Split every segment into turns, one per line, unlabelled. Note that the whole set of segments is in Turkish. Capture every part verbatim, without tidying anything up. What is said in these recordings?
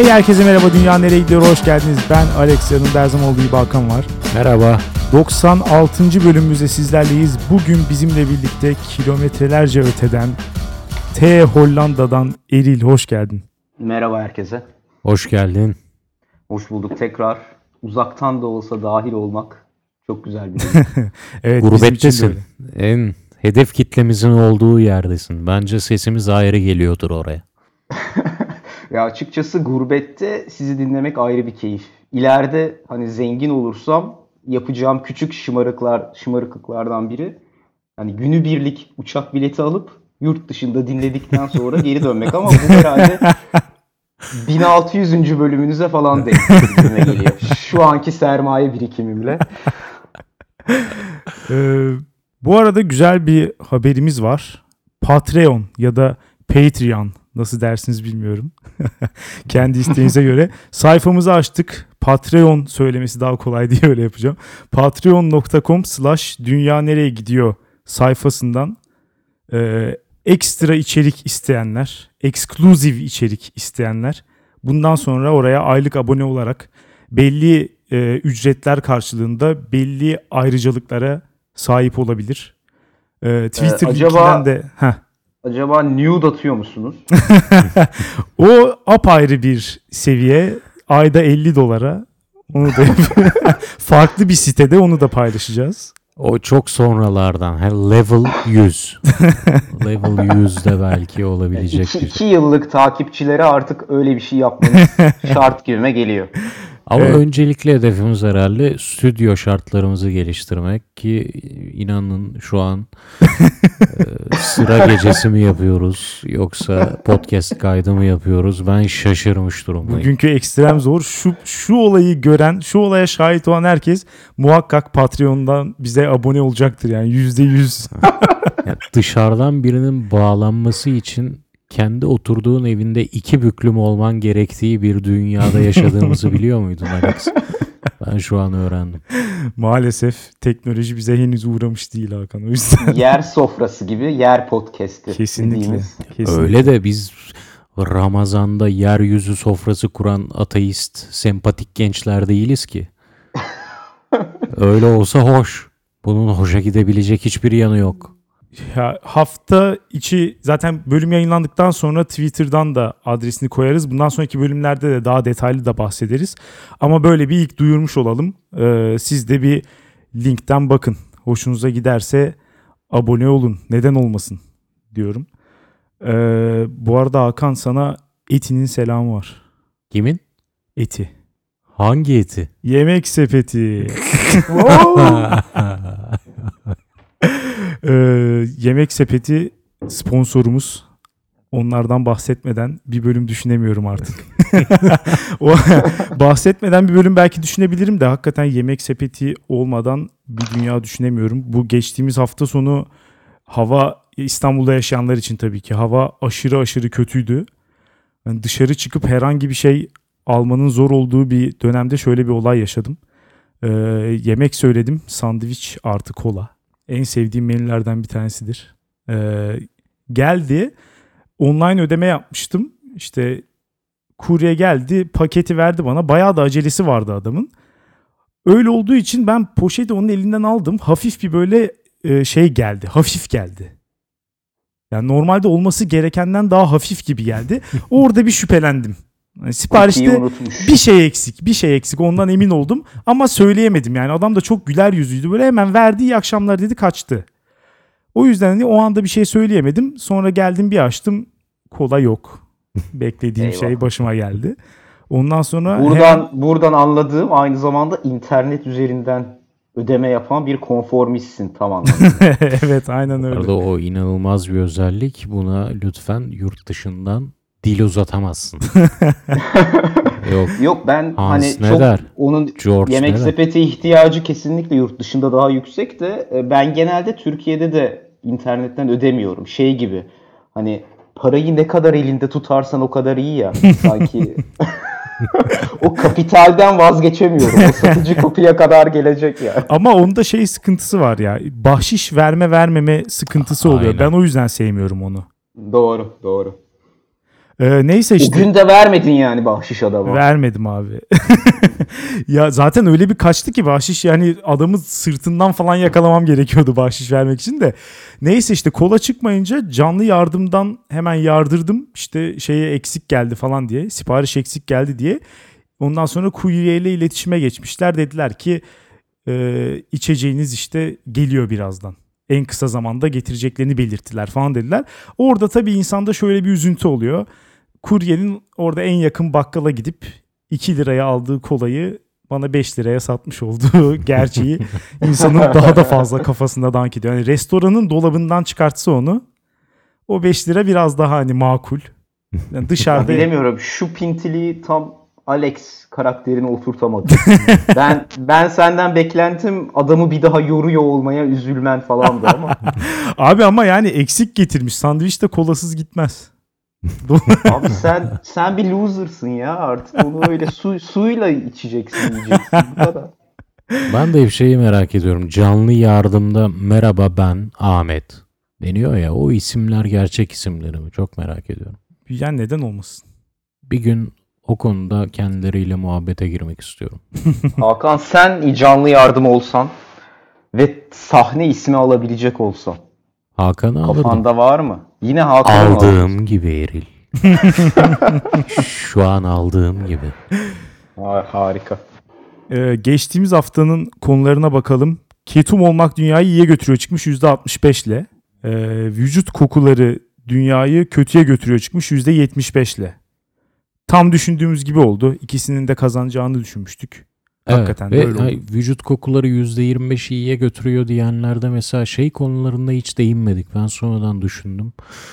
Herkese merhaba, Dünya Nereye Gidiyor, hoş geldiniz. Ben Alex, yanımda her zaman olduğu gibi Hakan var.
Merhaba.
doksan altıncı bölümümüzde sizlerleyiz. Bugün bizimle birlikte kilometrelerce öteden T Hollanda'dan Eril, hoş geldin.
Merhaba herkese.
Hoş geldin.
Hoş bulduk tekrar. Uzaktan da olsa dahil olmak çok güzel bir şey.
Evet,
gurbettesin. En hedef kitlemizin olduğu yerdesin. Bence sesimiz ayrı geliyordur oraya.
Ya açıkçası gurbette sizi dinlemek ayrı bir keyif. İleride hani zengin olursam yapacağım küçük şımarıklar, şımarıklıklardan biri. Hani günübirlik uçak bileti alıp yurt dışında dinledikten sonra geri dönmek, ama bu herhalde bin altı yüzüncü bölümünüze falan denk geliyor. Şu anki sermaye birikimimle.
Ee, bu arada güzel bir haberimiz var. Patreon ya da Patreon, nasıl dersiniz bilmiyorum. Kendi isteğinize göre. Sayfamızı açtık. Patreon söylemesi daha kolay diye öyle yapacağım. patreon nokta com slash dünya nereye gidiyor sayfasından e, ekstra içerik isteyenler, exclusive içerik isteyenler bundan sonra oraya aylık abone olarak belli e, ücretler karşılığında belli ayrıcalıklara sahip olabilir. E, Twitter
ee,
linkinden
acaba...
de... Heh.
Acaba nude atıyor musunuz?
O apayrı bir seviye. Ayda elli dolara. Onu da farklı bir sitede onu da paylaşacağız.
O çok sonralardan. Level yüz. Level yüzde belki olabilecek
iki,
bir şey.
iki yıllık takipçilere artık öyle bir şey yapmanız şart gibime geliyor.
Ama
Evet.
Öncelikle hedefimiz herhalde stüdyo şartlarımızı geliştirmek ki inanın şu an e, sıra gecesi mi yapıyoruz yoksa podcast kaydı mı yapıyoruz, ben şaşırmış durumdayım.
Bugünkü ekstrem zor. Şu şu olayı gören, şu olaya şahit olan herkes muhakkak Patreon'dan bize abone olacaktır yani yüzde yüz.
Yani dışarıdan birinin bağlanması için kendi oturduğun evinde iki büklüm olman gerektiği bir dünyada yaşadığımızı biliyor muydun Alex? Ben şu an öğrendim.
Maalesef teknoloji bize henüz uğramış değil Hakan. O yüzden.
Yer sofrası gibi yer podcast'i.
Kesinlikle.
dediğimiz.
Kesinlikle.
Öyle de biz Ramazan'da yeryüzü sofrası kuran ateist, sempatik gençler değiliz ki. Öyle olsa hoş. Bunun hoşa gidebilecek hiçbir yanı yok.
Ya hafta içi zaten bölüm yayınlandıktan sonra Twitter'dan da adresini koyarız. Bundan sonraki bölümlerde de daha detaylı da bahsederiz. Ama böyle bir ilk duyurmuş olalım. Ee, siz de bir linkten bakın. Hoşunuza giderse abone olun. Neden olmasın diyorum. Ee, bu arada Hakan, sana Eti'nin selamı var.
Kimin?
Eti.
Hangi eti?
Yemek Sepeti. Ee, Yemek Sepeti sponsorumuz. Onlardan bahsetmeden bir bölüm düşünemiyorum artık. O bahsetmeden bir bölüm belki düşünebilirim de hakikaten Yemek Sepeti olmadan bir dünya düşünemiyorum. Bu geçtiğimiz hafta sonu hava, İstanbul'da yaşayanlar için tabii ki hava aşırı aşırı kötüydü. Yani dışarı çıkıp herhangi bir şey almanın zor olduğu bir dönemde şöyle bir olay yaşadım. Ee, yemek söyledim, sandviç artı kola. En sevdiğim menülerden bir tanesidir. Ee, geldi. Online ödeme yapmıştım. İşte kurye geldi. Paketi verdi bana. Bayağı da acelesi vardı adamın. Öyle olduğu için ben poşeti onun elinden aldım. Hafif bir böyle e, şey geldi. Hafif geldi. Yani normalde olması gerekenden daha hafif gibi geldi. Orada bir şüphelendim. Yani siparişte bir şey eksik, bir şey eksik. Ondan emin oldum ama söyleyemedim. Yani adam da çok güler yüzlüydü. Böyle hemen verdi, iyi akşamlar dedi, kaçtı. O yüzden hani o anda bir şey söyleyemedim. Sonra geldim, bir açtım. Kola yok. Beklediğim şey başıma geldi. Ondan sonra
buradan
hemen...
buradan anladığım, aynı zamanda internet üzerinden ödeme yapan bir konformistsin tam anlamda.
Evet, aynen öyle.
Arada o inanılmaz bir özellik. Buna lütfen yurt dışından dil uzatamazsın.
Yok. Yok ben
Hans
hani
ne
çok
der?
onun
George
yemek
ne
sepeti ihtiyacı kesinlikle yurt dışında daha yüksek de ben genelde Türkiye'de de internetten ödemiyorum. Şey gibi, hani parayı ne kadar elinde tutarsan o kadar iyi ya. Sanki o kapitalden vazgeçemiyorum. O satıcı kapıya kadar gelecek ya.
Ama onda şey sıkıntısı var ya. Bahşiş verme vermeme sıkıntısı oluyor.
Aynen.
Ben o yüzden sevmiyorum onu.
Doğru, doğru.
Ee, neyse işte.
O gün de vermedin yani bahşiş adama.
Vermedim abi. Ya zaten öyle bir kaçtı ki bahşiş, yani adamı sırtından falan yakalamam gerekiyordu bahşiş vermek için de. Neyse işte kola çıkmayınca canlı yardımdan hemen yardırdım. İşte şeye eksik geldi falan diye. Sipariş eksik geldi diye. Ondan sonra kurye ile iletişime geçmişler. Dediler ki e, içeceğiniz işte geliyor birazdan. En kısa zamanda getireceklerini belirttiler falan dediler. Orada tabii insanda şöyle bir üzüntü oluyor. Kuryenin orada en yakın bakkala gidip iki liraya aldığı kolayı bana beş liraya satmış olduğu gerçeği insanın daha da fazla kafasında dank ediyor. Yani restoranın dolabından çıkartsa onu, o beş lira biraz daha hani makul. Yani dışarıda...
Ya bilemiyorum, şu pintiliği tam Alex karakterini oturtamadı. ben ben senden beklentim adamı bir daha yoruyor olmaya üzülmen falandı ama.
Abi ama yani eksik getirmiş. Sandviç de kolasız gitmez.
Abi sen sen bir loser'sın ya, artık onu öyle su, suyla içeceksin, yiyeceksin, bu kadar.
Ben de bir şeyi merak ediyorum. Canlı yardımda merhaba ben Ahmet deniyor ya, o isimler gerçek isimleri mi? Çok merak ediyorum.
Yani neden olmasın?
Bir gün o konuda kendileriyle muhabbete girmek istiyorum.
Hakan, sen canlı yardım olsan ve sahne ismi alabilecek olsan
Hakan'ı alırdım.
kafanda var mı? Yine Hakan'ı
Aldığım gibi Eril. Şu an aldığım gibi.
Ha, harika.
Ee, geçtiğimiz haftanın konularına bakalım. Ketum olmak dünyayı iyiye götürüyor çıkmış yüzde altmış beş ile. Ee, vücut kokuları dünyayı kötüye götürüyor çıkmış yüzde yetmiş beş ile. Tam düşündüğümüz gibi oldu. İkisinin de kazanacağını düşünmüştük.
Evet,
Hakikaten
ve
böyle oldu.
vücut kokuları yüzde yirmi beş iyiye götürüyor diyenlerde mesela şey konularında hiç değinmedik. Ben sonradan düşündüm.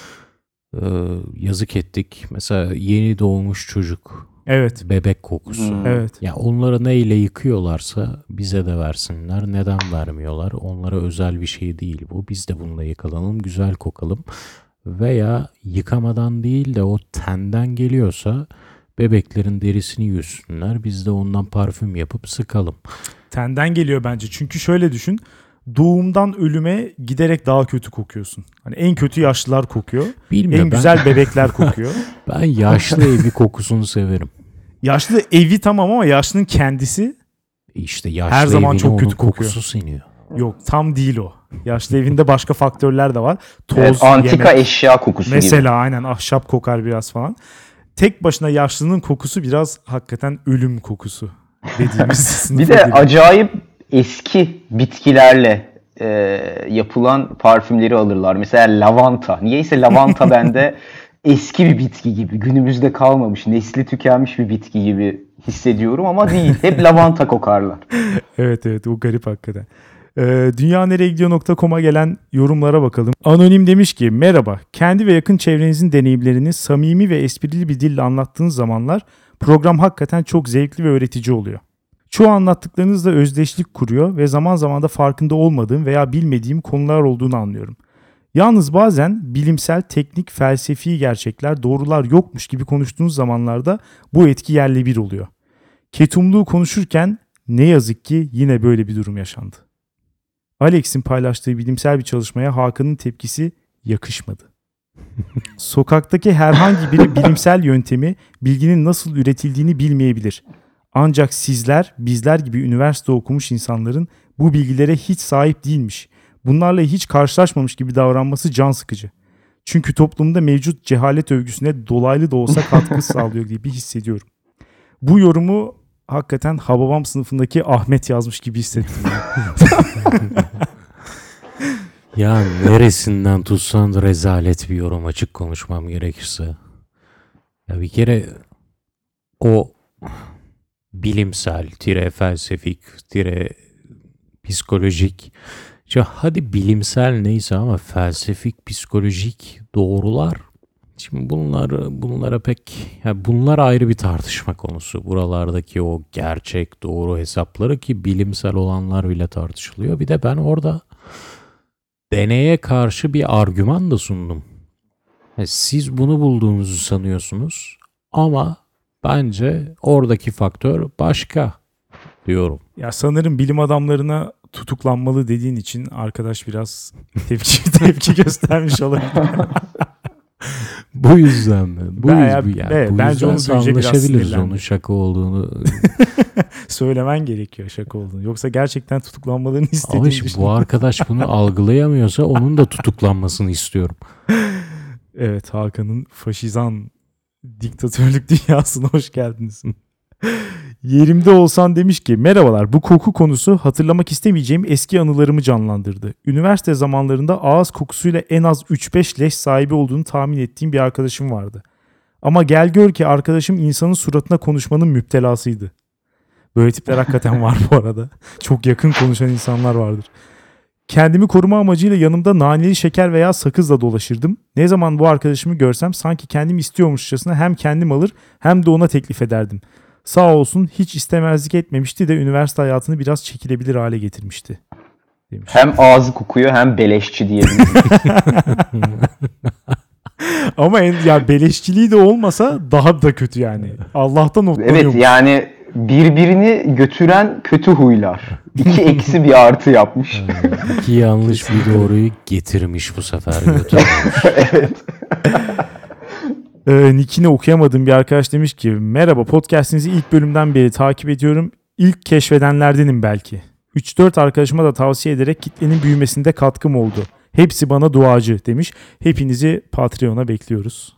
Ee, yazık ettik. Mesela yeni doğmuş çocuk.
Evet.
Bebek kokusu.
Hmm.
Evet.
Ya onları neyle yıkıyorlarsa bize de versinler. Neden vermiyorlar? Onlara özel bir şey değil bu. Biz de bununla yıkalalım, güzel kokalım. Veya yıkamadan değil de o tenden geliyorsa bebeklerin derisini yüzsünler. Biz de ondan parfüm yapıp sıkalım.
Tenden geliyor bence. Çünkü şöyle düşün. Doğumdan ölüme giderek daha kötü kokuyorsun. Hani en kötü yaşlılar kokuyor.
Bilmiyorum,
En
ben-
güzel bebekler kokuyor.
Ben yaşlı evi kokusunu severim.
Yaşlı evi tamam ama yaşlının kendisi
İşte yaşlı
Her zaman
evine
çok kötü
onun
kokuyor.
kokusu siniyor.
yok, tam değil o. Yaşlı evinde başka faktörler de var. Toz,
Evet, antika
yemek.
eşya kokusu
Mesela
gibi.
aynen ahşap kokar biraz falan. Tek başına yaşlının kokusu biraz hakikaten ölüm kokusu dediğimiz sınıfa
Bir de
giriyor.
acayip eski bitkilerle e, yapılan parfümleri alırlar. Mesela lavanta. Niyeyse lavanta bende eski bir bitki gibi, günümüzde kalmamış, nesli tükenmiş bir bitki gibi hissediyorum ama değil. Hep lavanta kokarlar.
Evet evet, o garip hakikaten. Ee, dünyanereyegidiyor nokta com'a gelen yorumlara bakalım. Anonim demiş ki merhaba, kendi ve yakın çevrenizin deneyimlerini samimi ve esprili bir dille anlattığınız zamanlar program hakikaten çok zevkli ve öğretici oluyor. Çoğu anlattıklarınızla özdeşlik kuruyor ve zaman zaman da farkında olmadığım veya bilmediğim konular olduğunu anlıyorum. Yalnız bazen bilimsel, teknik, felsefi gerçekler, doğrular yokmuş gibi konuştuğunuz zamanlarda bu etki yerle bir oluyor. Ketumluğu konuşurken ne yazık ki yine böyle bir durum yaşandı. Alex'in paylaştığı bilimsel bir çalışmaya Hakan'ın tepkisi yakışmadı. Sokaktaki herhangi biri bilimsel yöntemi, bilginin nasıl üretildiğini bilmeyebilir. Ancak sizler, bizler gibi üniversite okumuş insanların bu bilgilere hiç sahip değilmiş, bunlarla hiç karşılaşmamış gibi davranması can sıkıcı. Çünkü toplumda mevcut cehalet övgüsüne dolaylı da olsa katkı sağlıyor gibi hissediyorum. Bu yorumu hakikaten Hababam sınıfındaki Ahmet yazmış gibi hissettim.
Ya neresinden tutsan da rezalet bir yorum, açık konuşmam gerekirse. Ya bir kere o bilimsel, tire felsefik, tire psikolojik, ya hadi bilimsel neyse ama felsefik, psikolojik doğrular, şimdi bunlar bunlara pek, ya bunlar ayrı bir tartışma konusu. Buralardaki o gerçek doğru hesapları, ki bilimsel olanlar bile tartışılıyor. Bir de ben orada deneye karşı bir argüman da sundum. Ya siz bunu bulduğunuzu sanıyorsunuz ama bence oradaki faktör başka diyorum.
Ya sanırım bilim adamlarına tutuklanmalı dediğin için arkadaş biraz tepki tepki göstermiş olabilir.
Bu yüzden mi? Bu
Ben-
yüzden, yani,
evet,
bu
bence
yüzden
onu duyunca biraz
anlaşabiliriz
sinirlendim.
onun şaka olduğunu.
Söylemen gerekiyor şaka olduğunu. Yoksa gerçekten tutuklanmalarını istediğini
Ama şimdi bu
düşünüyorum.
arkadaş bunu algılayamıyorsa onun da tutuklanmasını istiyorum.
Evet, Hakan'ın faşizan diktatörlük dünyasına hoş geldiniz. Yerimde olsan demiş ki merhabalar, bu koku konusu hatırlamak istemeyeceğim eski anılarımı canlandırdı. Üniversite zamanlarında ağız kokusuyla en az üç beş leş sahibi olduğunu tahmin ettiğim bir arkadaşım vardı. Ama gel gör ki arkadaşım insanın suratına konuşmanın müptelasıydı. Böyle tipler hakikaten var bu arada. Çok yakın konuşan insanlar vardır. Kendimi koruma amacıyla yanımda naneli şeker veya sakızla dolaşırdım. Ne zaman bu arkadaşımı görsem sanki kendim istiyormuşçasına hem kendim alır hem de ona teklif ederdim. Sağ olsun hiç istemezlik etmemişti de üniversite hayatını biraz çekilebilir hale getirmişti. Demiş.
Hem ağzı kokuyor hem beleşçi diyebilirim.
Ama en, ya beleşçiliği de olmasa daha da kötü yani. Allah'tan otlanıyormuş.
Evet, yani birbirini götüren kötü huylar. İki eksi bir artı yapmış.
İki yanlış bir doğruyu getirmiş bu sefer. Götürmüş.
Evet.
Ee, nickini okuyamadığım bir arkadaş demiş ki merhaba, podcastinizi ilk bölümden beri takip ediyorum. İlk keşfedenlerdenim belki. üç dört arkadaşıma da tavsiye ederek kitlenin büyümesinde katkım oldu. Hepsi bana duacı demiş. Hepinizi Patreon'a bekliyoruz.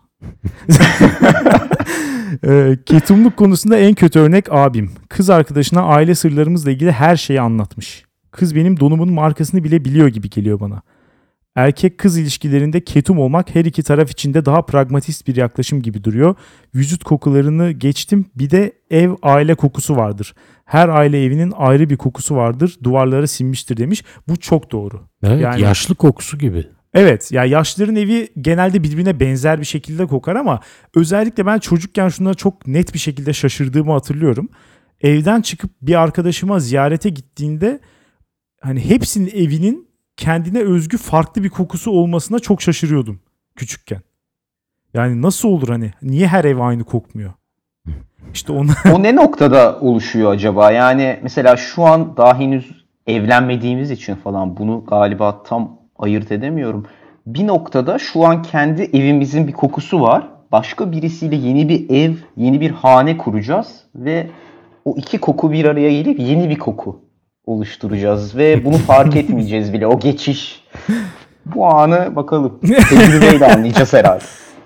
ee, ketumluk konusunda en kötü örnek abim. Kız arkadaşına aile sırlarımızla ilgili her şeyi anlatmış. Kız benim donumun markasını bile biliyor gibi geliyor bana. Erkek kız ilişkilerinde ketum olmak her iki taraf için de daha pragmatist bir yaklaşım gibi duruyor. Vücut kokularını geçtim, bir de ev aile kokusu vardır. Her aile evinin ayrı bir kokusu vardır. Duvarlara sinmiştir demiş. Bu çok doğru.
Evet,
Yani-
yaşlı kokusu gibi.
Evet, ya yaşlıların evi genelde birbirine benzer bir şekilde kokar ama özellikle ben çocukken şuna çok net bir şekilde şaşırdığımı hatırlıyorum. Evden çıkıp bir arkadaşıma ziyarete gittiğinde hani hepsinin evinin kendine özgü farklı bir kokusu olmasına çok şaşırıyordum küçükken. Yani nasıl olur, hani niye her ev aynı kokmuyor? İşte ona
O ne noktada oluşuyor acaba? Yani mesela şu an daha henüz evlenmediğimiz için falan bunu galiba tam ayırt edemiyorum. Bir noktada şu an kendi evimizin bir kokusu var. Başka birisiyle yeni bir ev, yeni bir hane kuracağız ve o iki koku bir araya gelip yeni bir koku oluşturacağız ve bunu fark etmeyeceğiz bile. O geçiş. Bu anı bakalım tecrübeyle anlayacağız herhalde.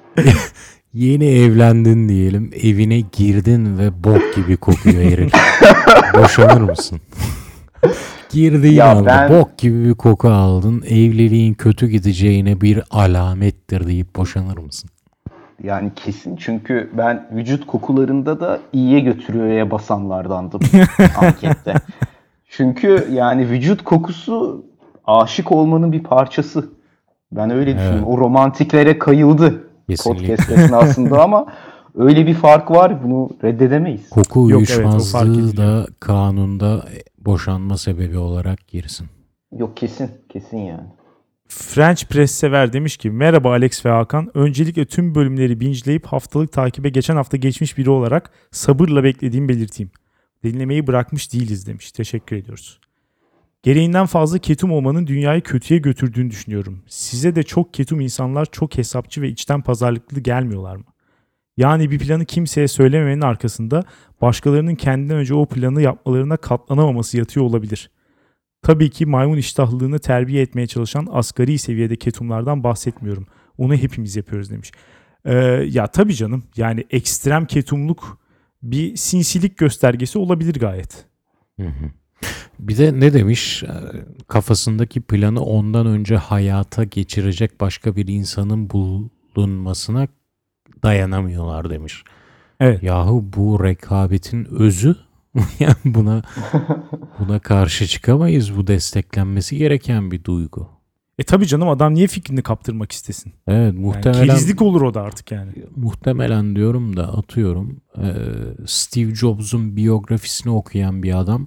Yeni evlendin diyelim, evine girdin ve bok gibi kokuyor herif. Boşanır mısın? Girdiğin
Ya
anda
ben-
bok gibi bir koku aldın, evliliğin kötü gideceğine bir alamettir deyip boşanır mısın?
Yani kesin, çünkü ben vücut kokularında da iyiye götürüyor'ya basanlardandım ankette. Çünkü yani vücut kokusu aşık olmanın bir parçası. Ben öyle düşünüyorum. O romantiklere kayıldı
Kesinlikle.
podcast esnasında ama öyle bir fark var, bunu reddedemeyiz.
Koku
Yok, evet, o fark
uyuşmazlığı
ediliyor.
da kanunda boşanma sebebi olarak girsin.
Yok, kesin, kesin yani.
French Press sever demiş ki merhaba Alex ve Hakan. Öncelikle tüm bölümleri bingeleyip haftalık takibe geçen hafta geçmiş biri olarak sabırla beklediğimi belirteyim. Dinlemeyi bırakmış değiliz demiş. Teşekkür ediyoruz. Gereğinden fazla ketum olmanın dünyayı kötüye götürdüğünü düşünüyorum. Size de çok ketum insanlar çok hesapçı ve içten pazarlıklı gelmiyorlar mı? Yani bir planı kimseye söylememenin arkasında başkalarının kendinden önce o planı yapmalarına katlanamaması yatıyor olabilir. Tabii ki maymun iştahlılığını terbiye etmeye çalışan asgari seviyede ketumlardan bahsetmiyorum. Onu hepimiz yapıyoruz demiş. Ee, ya tabii canım, yani ekstrem ketumluk bir sinsilik göstergesi olabilir gayet.
Hı hı. Bir de ne demiş? Kafasındaki planı ondan önce hayata geçirecek başka bir insanın bulunmasına dayanamıyorlar demiş.
Evet.
Yahu bu rekabetin özü. Yani buna buna karşı çıkamayız. Bu desteklenmesi gereken bir duygu.
E tabii canım, adam niye fikrini kaptırmak istesin?
Evet,
Yani
muhtemelen
kerizlik olur o da artık yani.
muhtemelen diyorum da atıyorum e, Steve Jobs'un biyografisini okuyan bir adam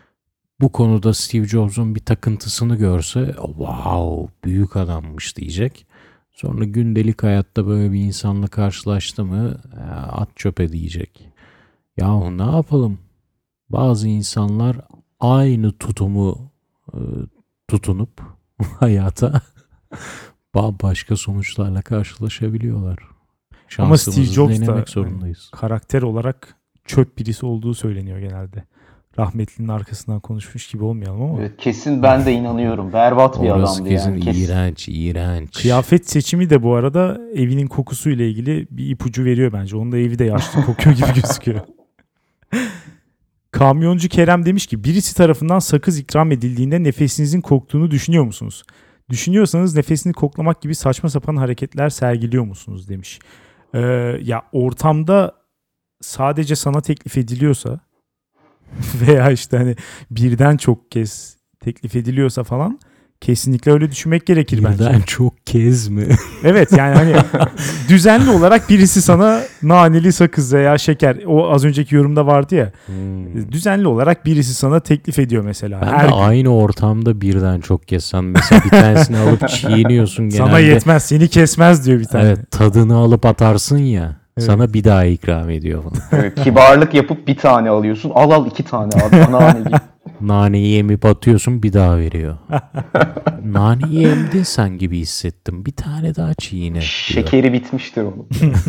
bu konuda Steve Jobs'un bir takıntısını görse wow büyük adammış diyecek. Sonra gündelik hayatta böyle bir insanla karşılaştı mı at çöpe diyecek. Yahu ne yapalım? Bazı insanlar aynı tutumu e, tutunup hayata bambaşka sonuçlarla karşılaşabiliyorlar.
Ama Steve
Şansımızı
Jobs da
denemek zorundayız.
karakter olarak çöp birisi olduğu söyleniyor genelde. Rahmetlinin arkasından konuşmuş gibi olmayalım ama.
Evet, kesin ben de inanıyorum. Berbat bir
Orası
adamdı
kesin
yani. Kesin.
iğrenç, iğrenç.
Kıyafet seçimi de bu arada evinin kokusuyla ilgili bir ipucu veriyor bence. Onun da evi de yaşlı kokuyor gibi gözüküyor. Kamyoncu Kerem demiş ki birisi tarafından sakız ikram edildiğinde nefesinizin koktuğunu düşünüyor musunuz? Düşünüyorsanız nefesini koklamak gibi saçma sapan hareketler sergiliyor musunuz demiş. Ee, ya ortamda sadece sana teklif ediliyorsa veya işte hani birden çok kez teklif ediliyorsa falan kesinlikle öyle düşünmek gerekir bence.
Birden çok kez mi?
Evet yani hani düzenli olarak birisi sana naneli sakız veya şeker, o az önceki yorumda vardı ya,
Hmm.
düzenli olarak birisi sana teklif ediyor mesela.
Ben
Her
de
gün.
aynı ortamda birden çok kez. Sen mesela bir tanesini alıp çiğniyorsun genelde.
Sana yetmez, seni kesmez diyor bir tane.
Evet, tadını alıp atarsın ya.
Evet.
Sana bir daha ikram ediyor falan.
Evet, kibarlık yapıp bir tane alıyorsun. Al al iki tane al. Anneanne gibi.
Naneyi emip atıyorsun, bir daha veriyor. Naneyi emdin sen gibi hissettim. Bir tane daha çiğne diyor.
Şekeri bitmiştir onun.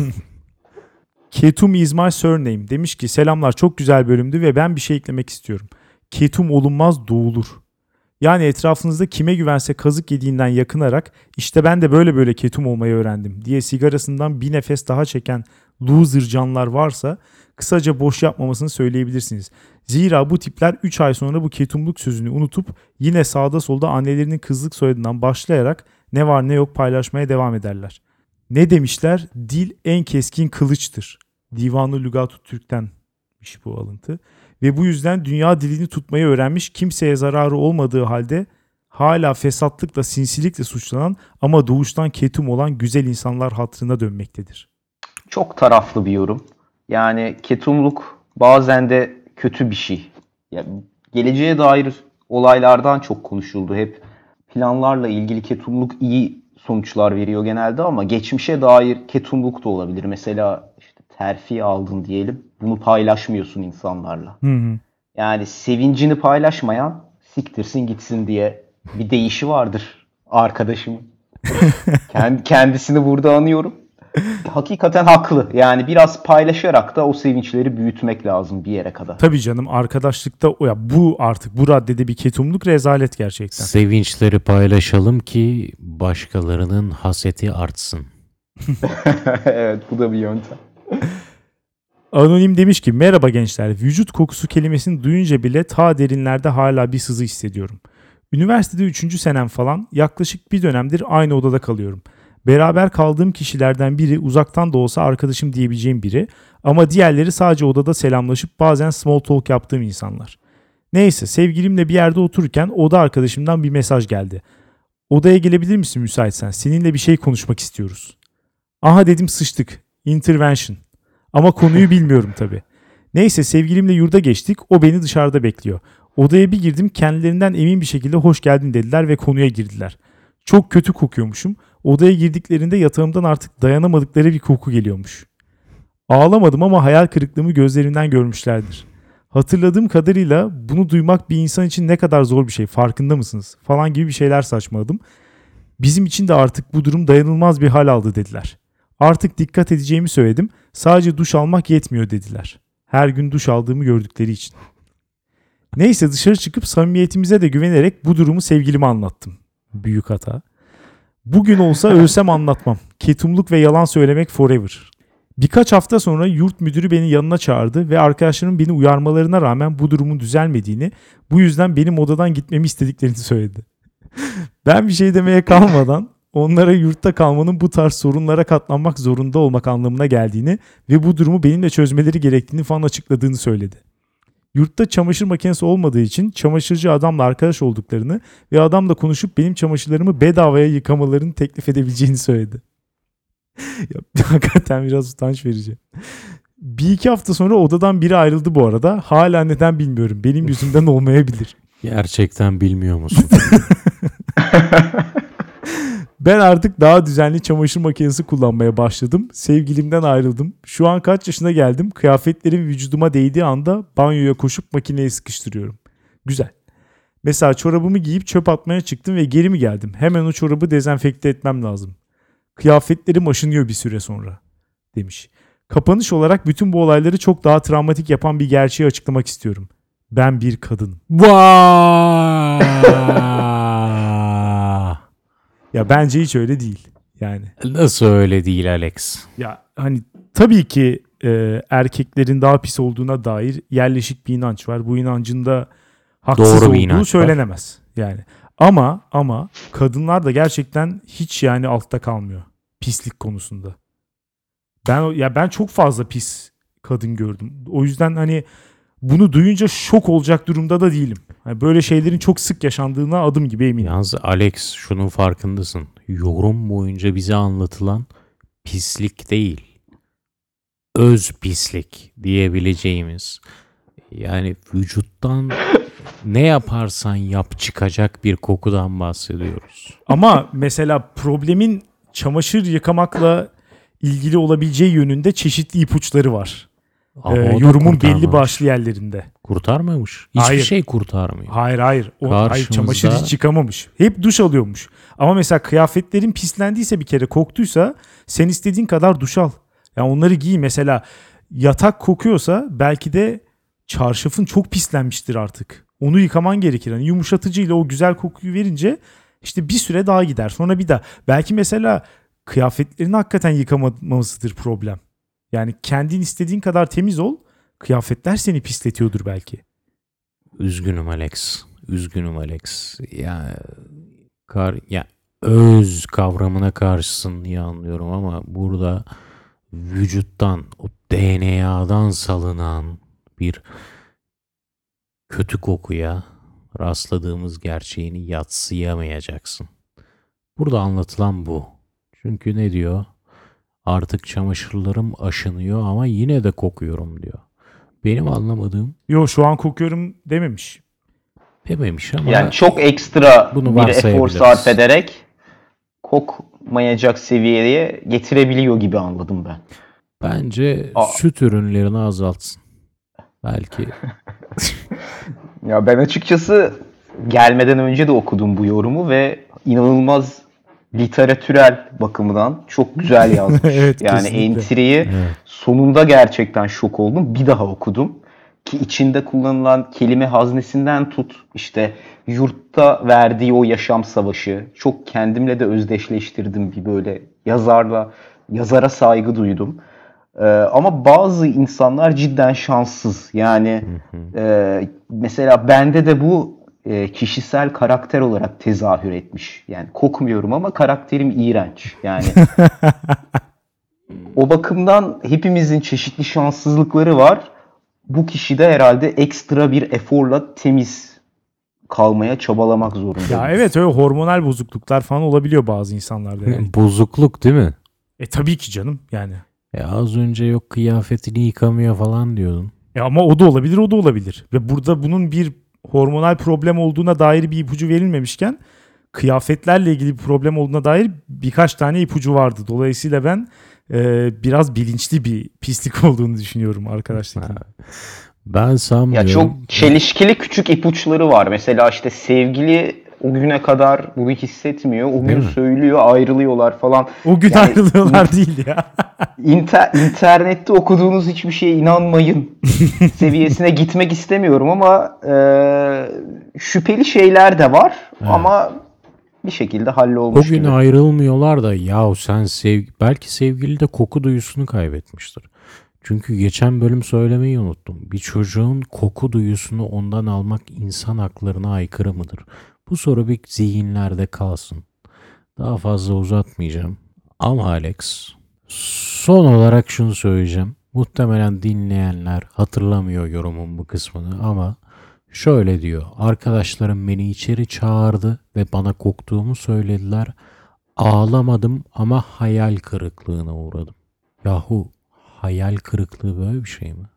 Ketum is my surname demiş ki selamlar, çok güzel bölümdü ve ben bir şey eklemek istiyorum. Ketum olunmaz, doğulur. Yani etrafınızda kime güvense kazık yediğinden yakınarak işte ben de böyle böyle ketum olmayı öğrendim diye sigarasından bir nefes daha çeken loser canlar varsa kısaca boş yapmamasını söyleyebilirsiniz. Zira bu tipler üç ay sonra bu ketumluk sözünü unutup yine sağda solda annelerinin kızlık soyadından başlayarak ne var ne yok paylaşmaya devam ederler. Ne demişler? Dil en keskin kılıçtır. Divan-ı Lügat-ı Türk'tenmiş bu alıntı. Ve bu yüzden dünya dilini tutmayı öğrenmiş, kimseye zararı olmadığı halde hala fesatlıkla, sinsilikle suçlanan ama doğuştan ketum olan güzel insanlar hatırına dönmektedir.
Çok taraflı bir yorum. Yani ketumluk bazen de kötü bir şey. Yani geleceğe dair olaylardan çok konuşuldu. Hep planlarla ilgili ketumluk iyi sonuçlar veriyor genelde ama geçmişe dair ketumluk da olabilir. Mesela işte terfi aldın diyelim. Bunu paylaşmıyorsun insanlarla.
Hı hı.
Yani sevincini paylaşmayan siktirsin gitsin diye bir deyişi vardır arkadaşımın. Kend- Kendisini burada anıyorum. Hakikaten haklı. Yani biraz paylaşarak da o sevinçleri büyütmek lazım bir yere kadar.
Tabii canım, arkadaşlıkta o ya, bu artık bu raddede bir ketumluk rezalet gerçekten.
Sevinçleri paylaşalım ki başkalarının haseti artsın.
Evet, bu da bir yöntem.
Anonim demiş ki merhaba gençler, vücut kokusu kelimesini duyunca bile ta derinlerde hala bir sızı hissediyorum. Üniversitede üçüncü senem falan, yaklaşık bir dönemdir aynı odada kalıyorum. Beraber kaldığım kişilerden biri uzaktan da olsa arkadaşım diyebileceğim biri ama diğerleri sadece odada selamlaşıp bazen small talk yaptığım insanlar. Neyse, sevgilimle bir yerde otururken oda arkadaşımdan bir mesaj geldi. Odaya gelebilir misin müsaitsen? Seninle bir şey konuşmak istiyoruz. Aha dedim, sıçtık. Intervention. Ama konuyu bilmiyorum tabii. Neyse, sevgilimle yurda geçtik. O beni dışarıda bekliyor. Odaya bir girdim, kendilerinden emin bir şekilde hoş geldin dediler ve konuya girdiler. Çok kötü kokuyormuşum. Odaya girdiklerinde yatağımdan artık dayanamadıkları bir koku geliyormuş. Ağlamadım ama hayal kırıklığımı gözlerinden görmüşlerdir. Hatırladığım kadarıyla bunu duymak bir insan için ne kadar zor bir şey, farkında mısınız? Falan gibi bir şeyler saçmaladım. Bizim için de artık bu durum dayanılmaz bir hal aldı dediler. Artık dikkat edeceğimi söyledim. Sadece duş almak yetmiyor dediler. Her gün duş aldığımı gördükleri için. Neyse, dışarı çıkıp samimiyetimize de güvenerek bu durumu sevgilime anlattım. Büyük hata. Bugün olsa ölsem anlatmam. Ketumluk ve yalan söylemek forever. Birkaç hafta sonra yurt müdürü beni yanına çağırdı ve arkadaşlarımın beni uyarmalarına rağmen bu durumun düzelmediğini, bu yüzden benim odadan gitmemi istediklerini söyledi. Ben bir şey demeye kalmadan onlara yurtta kalmanın bu tarz sorunlara katlanmak zorunda olmak anlamına geldiğini ve bu durumu benimle çözmeleri gerektiğini falan açıkladığını söyledi. Yurtta çamaşır makinesi olmadığı için çamaşırcı adamla arkadaş olduklarını ve adamla konuşup benim çamaşırlarımı bedavaya yıkamalarını teklif edebileceğini söyledi. Ya, hakikaten biraz utanç verici. Bir iki hafta sonra odadan biri ayrıldı bu arada. Hala neden bilmiyorum. Benim yüzümden olmayabilir.
Gerçekten bilmiyor musun?
Ben artık daha düzenli çamaşır makinesi kullanmaya başladım. Sevgilimden ayrıldım. Şu an kaç yaşına geldim. Kıyafetlerim vücuduma değdiği anda banyoya koşup makineye sıkıştırıyorum. Güzel. Mesela çorabımı giyip çöp atmaya çıktım ve geri mi geldim? Hemen o çorabı dezenfekte etmem lazım. Kıyafetlerim aşınıyor bir süre sonra. demiş. Kapanış olarak bütün bu olayları çok daha travmatik yapan bir gerçeği açıklamak istiyorum. Ben bir kadınım.
Vay!
Ya bence hiç öyle değil. Yani
Nasıl öyle değil Alex?
ya hani tabii ki e, erkeklerin daha pis olduğuna dair yerleşik bir inanç var. Bu inancın da haksız
Doğru bir
olduğu
inanç var.
söylenemez. Yani ama ama kadınlar da gerçekten hiç yani altta kalmıyor pislik konusunda. Ben o- ya ben çok fazla pis kadın gördüm. O yüzden hani bunu duyunca şok olacak durumda da değilim. Yani böyle şeylerin çok sık yaşandığına adım gibi eminim.
Yalnız Alex şunun farkındasın. Yorum boyunca bize anlatılan pislik değil. Öz pislik diyebileceğimiz. Yani vücuttan ne yaparsan yap çıkacak bir kokudan bahsediyoruz.
Ama mesela problemin çamaşır yıkamakla ilgili olabileceği yönünde çeşitli ipuçları var.
Ama
Ee,
o da
yorumun belli
kurtarmamış.
başlı yerlerinde.
Kurtarmamış. Hiçbir
Hayır.
şey kurtarmıyor.
Hayır hayır. O, hayır
Karşımızda-
çamaşır hiç yıkamamış. Hep duş alıyormuş. Ama mesela kıyafetlerin pislendiyse bir kere koktuysa sen istediğin kadar duş al. Yani onları giy. Mesela yatak kokuyorsa belki de çarşafın çok pislenmiştir artık. Onu yıkaman gerekir. Yani yumuşatıcıyla o güzel kokuyu verince işte bir süre daha gider. Sonra bir daha. Belki mesela kıyafetlerini hakikaten yıkamamasıdır problem. Yani kendin istediğin kadar temiz ol. Kıyafetler seni pisletiyordur belki.
Üzgünüm Alex. Üzgünüm Alex. Ya kar ya öz kavramına karşısın diye anlıyorum ama burada vücuttan o D N A'dan salınan bir kötü kokuya rastladığımız gerçeğini yadsıyamayacaksın. Burada anlatılan bu. Çünkü ne diyor? Artık çamaşırlarım aşınıyor ama yine de kokuyorum diyor. Benim anlamadığım
Yo şu an kokuyorum dememiş.
dememiş ama
Yani çok ekstra
bunu
bir efor
varsayabiliriz.
sarf ederek kokmayacak seviyeye getirebiliyor gibi anladım ben.
bence
Aa.
süt ürünlerini azaltsın. Belki
Ya ben açıkçası gelmeden önce de okudum bu yorumu ve inanılmaz literatürel bakımından çok güzel yazmış.
Evet,
yani
kesinlikle.
entry'yi
evet.
sonunda gerçekten şok oldum. Bir daha okudum. Ki içinde kullanılan kelime haznesinden tut, işte yurtta verdiği o yaşam savaşı, çok kendimle de özdeşleştirdim bir böyle yazarla, yazara saygı duydum. Ee, ama bazı insanlar cidden şanssız. Yani e, mesela bende de bu e, kişisel karakter olarak tezahür etmiş. Yani kokmuyorum ama karakterim iğrenç. Yani o bakımdan hepimizin çeşitli şanssızlıkları var. Bu kişi de herhalde ekstra bir eforla temiz kalmaya çabalamak zorunda.
Ya evet öyle hormonal bozukluklar falan olabiliyor bazı insanlarda yani.
Bozukluk değil mi?
E tabii ki canım yani.
Ya az önce yok kıyafetini yıkamıyor falan diyordun.
E ama o da olabilir o da olabilir. Ve burada bunun bir hormonal problem olduğuna dair bir ipucu verilmemişken kıyafetlerle ilgili bir problem olduğuna dair birkaç tane ipucu vardı. Dolayısıyla ben e, biraz bilinçli bir pislik olduğunu düşünüyorum arkadaşlar.
Ben sanmıyorum.
Ya çok çelişkili küçük ipuçları var. Mesela işte sevgili o güne kadar bunu hissetmiyor. O
Değil
gün
mi?
söylüyor, ayrılıyorlar falan.
O gün
Yani-
ayrılıyorlar değil ya.
İnter, internette okuduğunuz hiçbir şeye inanmayın seviyesine gitmek istemiyorum ama e, şüpheli şeyler de var.
Evet.
Ama bir şekilde
O
hallolmuş
gün
gibi.
ayrılmıyorlar da yahu sen sev belki sevgili de koku duyusunu kaybetmiştir. Çünkü geçen bölüm söylemeyi unuttum. Bir çocuğun koku duyusunu ondan almak insan haklarına aykırı mıdır? Bu soru bir zihinlerde kalsın. Daha fazla uzatmayacağım. Ama Alex, son olarak şunu söyleyeceğim. Muhtemelen dinleyenler hatırlamıyor yorumun bu kısmını ama şöyle diyor. Arkadaşlarım beni içeri çağırdı ve bana koktuğumu söylediler. Ağlamadım ama hayal kırıklığına uğradım. Yahu hayal kırıklığı böyle bir şey mi?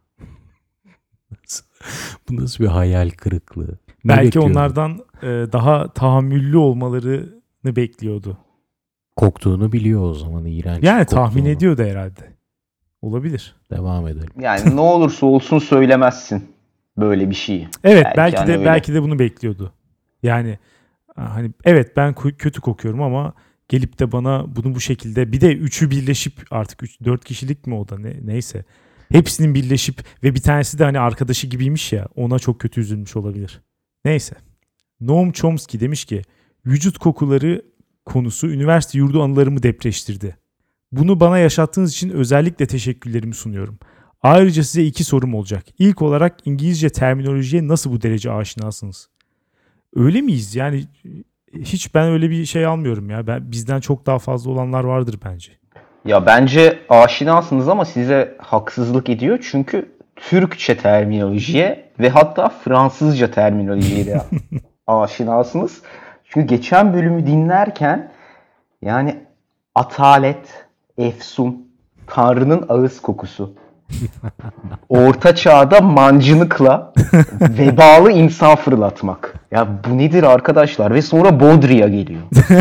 Bu nasıl bir hayal kırıklığı? Ne
Belki
bekliyordun?
onlardan e, daha tahammüllü olmalarını bekliyordu.
Koktuğunu biliyor o zaman iğrenç.
Yani
koktuğunu.
tahmin ediyordu herhalde. Olabilir.
Devam edelim.
Yani ne olursa olsun söylemezsin böyle bir şeyi.
Evet
Belki
belki,
hani
de
öyle.
belki de bunu bekliyordu. Yani hani evet ben ku- kötü kokuyorum ama gelip de bana bunu bu şekilde, bir de üçü birleşip artık üç, dört kişilik mi o da ne, neyse. Hepsinin birleşip ve bir tanesi de hani arkadaşı gibiymiş ya, ona çok kötü üzülmüş olabilir. Neyse. Noam Chomsky demiş ki vücut kokuları konusu üniversite yurdu anılarımı depreştirdi. Bunu bana yaşattığınız için özellikle teşekkürlerimi sunuyorum. Ayrıca size iki sorum olacak. İlk olarak İngilizce terminolojiye nasıl bu derece aşinasınız? Öyle miyiz? Yani hiç ben öyle bir şey almıyorum ya. Ben, bizden çok daha fazla olanlar vardır bence.
Ya bence aşinasınız ama size haksızlık ediyor. Çünkü Türkçe terminolojiye ve hatta Fransızca terminolojiye de aşinasınız. Çünkü geçen bölümü dinlerken yani atalet, efsun, Tanrı'nın ağız kokusu. Orta çağda mancınıkla vebalı insan fırlatmak. Ya bu nedir arkadaşlar? Ve sonra Bodri'ye geliyor.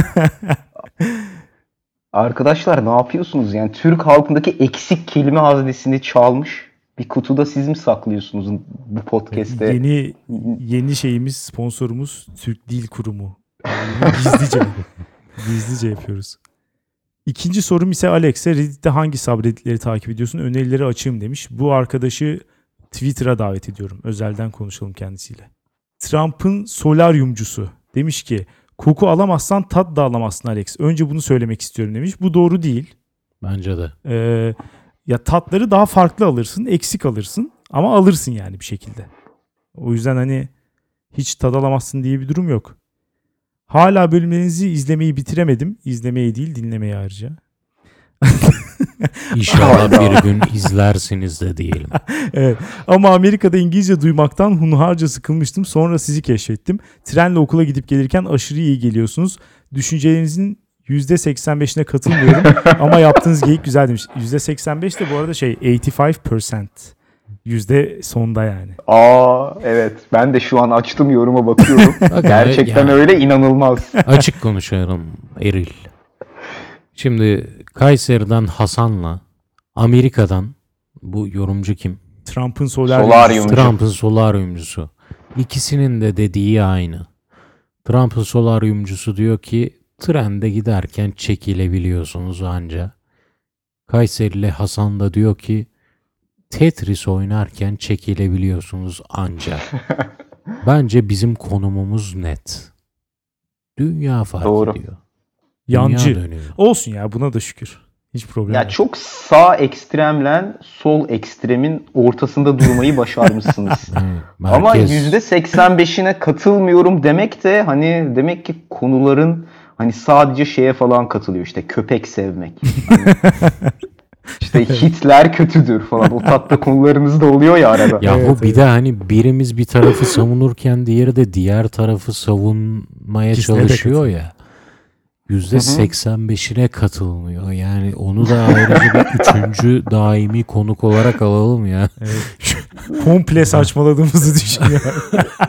Arkadaşlar ne yapıyorsunuz? Yani Türk halkındaki eksik kelime haznesini çalmış bir kutuda siz mi saklıyorsunuz bu podcast'te?
Yeni yeni şeyimiz, sponsorumuz Türk Dil Kurumu. Yani gizlice gizlice yapıyoruz. İkinci sorum ise Alex'e, Reddit'te hangi subredditleri takip ediyorsun? Önerileri açığım demiş. Bu arkadaşı Twitter'a davet ediyorum. Özelden konuşalım kendisiyle. Trump'ın solaryumcusu demiş ki koku alamazsan tat da alamazsın Alex. Önce bunu söylemek istiyorum demiş. Bu doğru değil.
Bence de.
Ee, ya tatları daha farklı alırsın, eksik alırsın ama alırsın yani bir şekilde. O yüzden hani hiç tad alamazsın diye bir durum yok. Hala bölümlerinizi izlemeyi bitiremedim. İzlemeyi değil, dinlemeyi ayrıca.
İnşallah bir gün izlersiniz de diyelim.
Evet. Ama Amerika'da İngilizce duymaktan hunharca sıkılmıştım. Sonra sizi keşfettim. Trenle okula gidip gelirken aşırı iyi geliyorsunuz. Düşüncelerinizin yüzde seksen beşine katılmıyorum. Ama yaptığınız geyik güzel demiş. yüzde seksen beş de bu arada şey seksen beş percent. Yüzde sonda yani.
Aa evet. Ben de şu an açtım yoruma bakıyorum. Gerçekten
yani,
öyle, inanılmaz.
Açık konuşuyorum Eril. Şimdi Kayseri'den Hasan'la Amerika'dan bu yorumcu kim?
Trump'ın solaryumcusu.
Solaryumcu.
Trump'ın solaryumcusu. İkisinin de dediği aynı. Trump'ın solaryumcusu diyor ki trende giderken çekilebiliyorsunuz anca. Kayserili Hasan da diyor ki Tetris oynarken çekilebiliyorsunuz anca. Bence bizim konumumuz net. Dünya fark
Doğru.
ediyor.
Yancı.
Dünya dönüyor.
Olsun ya, buna da şükür. Hiç problem
Ya
yok.
çok sağ ekstremle sol ekstremin ortasında durmayı başarmışsınız.
Evet,
Ama
merkez-
yüzde seksen beşine katılmıyorum demek de hani demek ki konuların hani sadece şeye falan katılıyor, işte köpek sevmek. Hani işte Hitler kötüdür falan. O tatlı konularınız da oluyor ya arada.
Yahu
Evet,
bir
evet.
de hani birimiz bir tarafı savunurken diğeri de diğer tarafı savunmaya
İkisine de
çalışıyor
katılıyor.
ya. yüzde seksen beşine katılmıyor. Yani onu da ayrıca bir üçüncü daimi konuk olarak alalım ya.
Evet. Komple saçmaladığımızı düşünüyorum.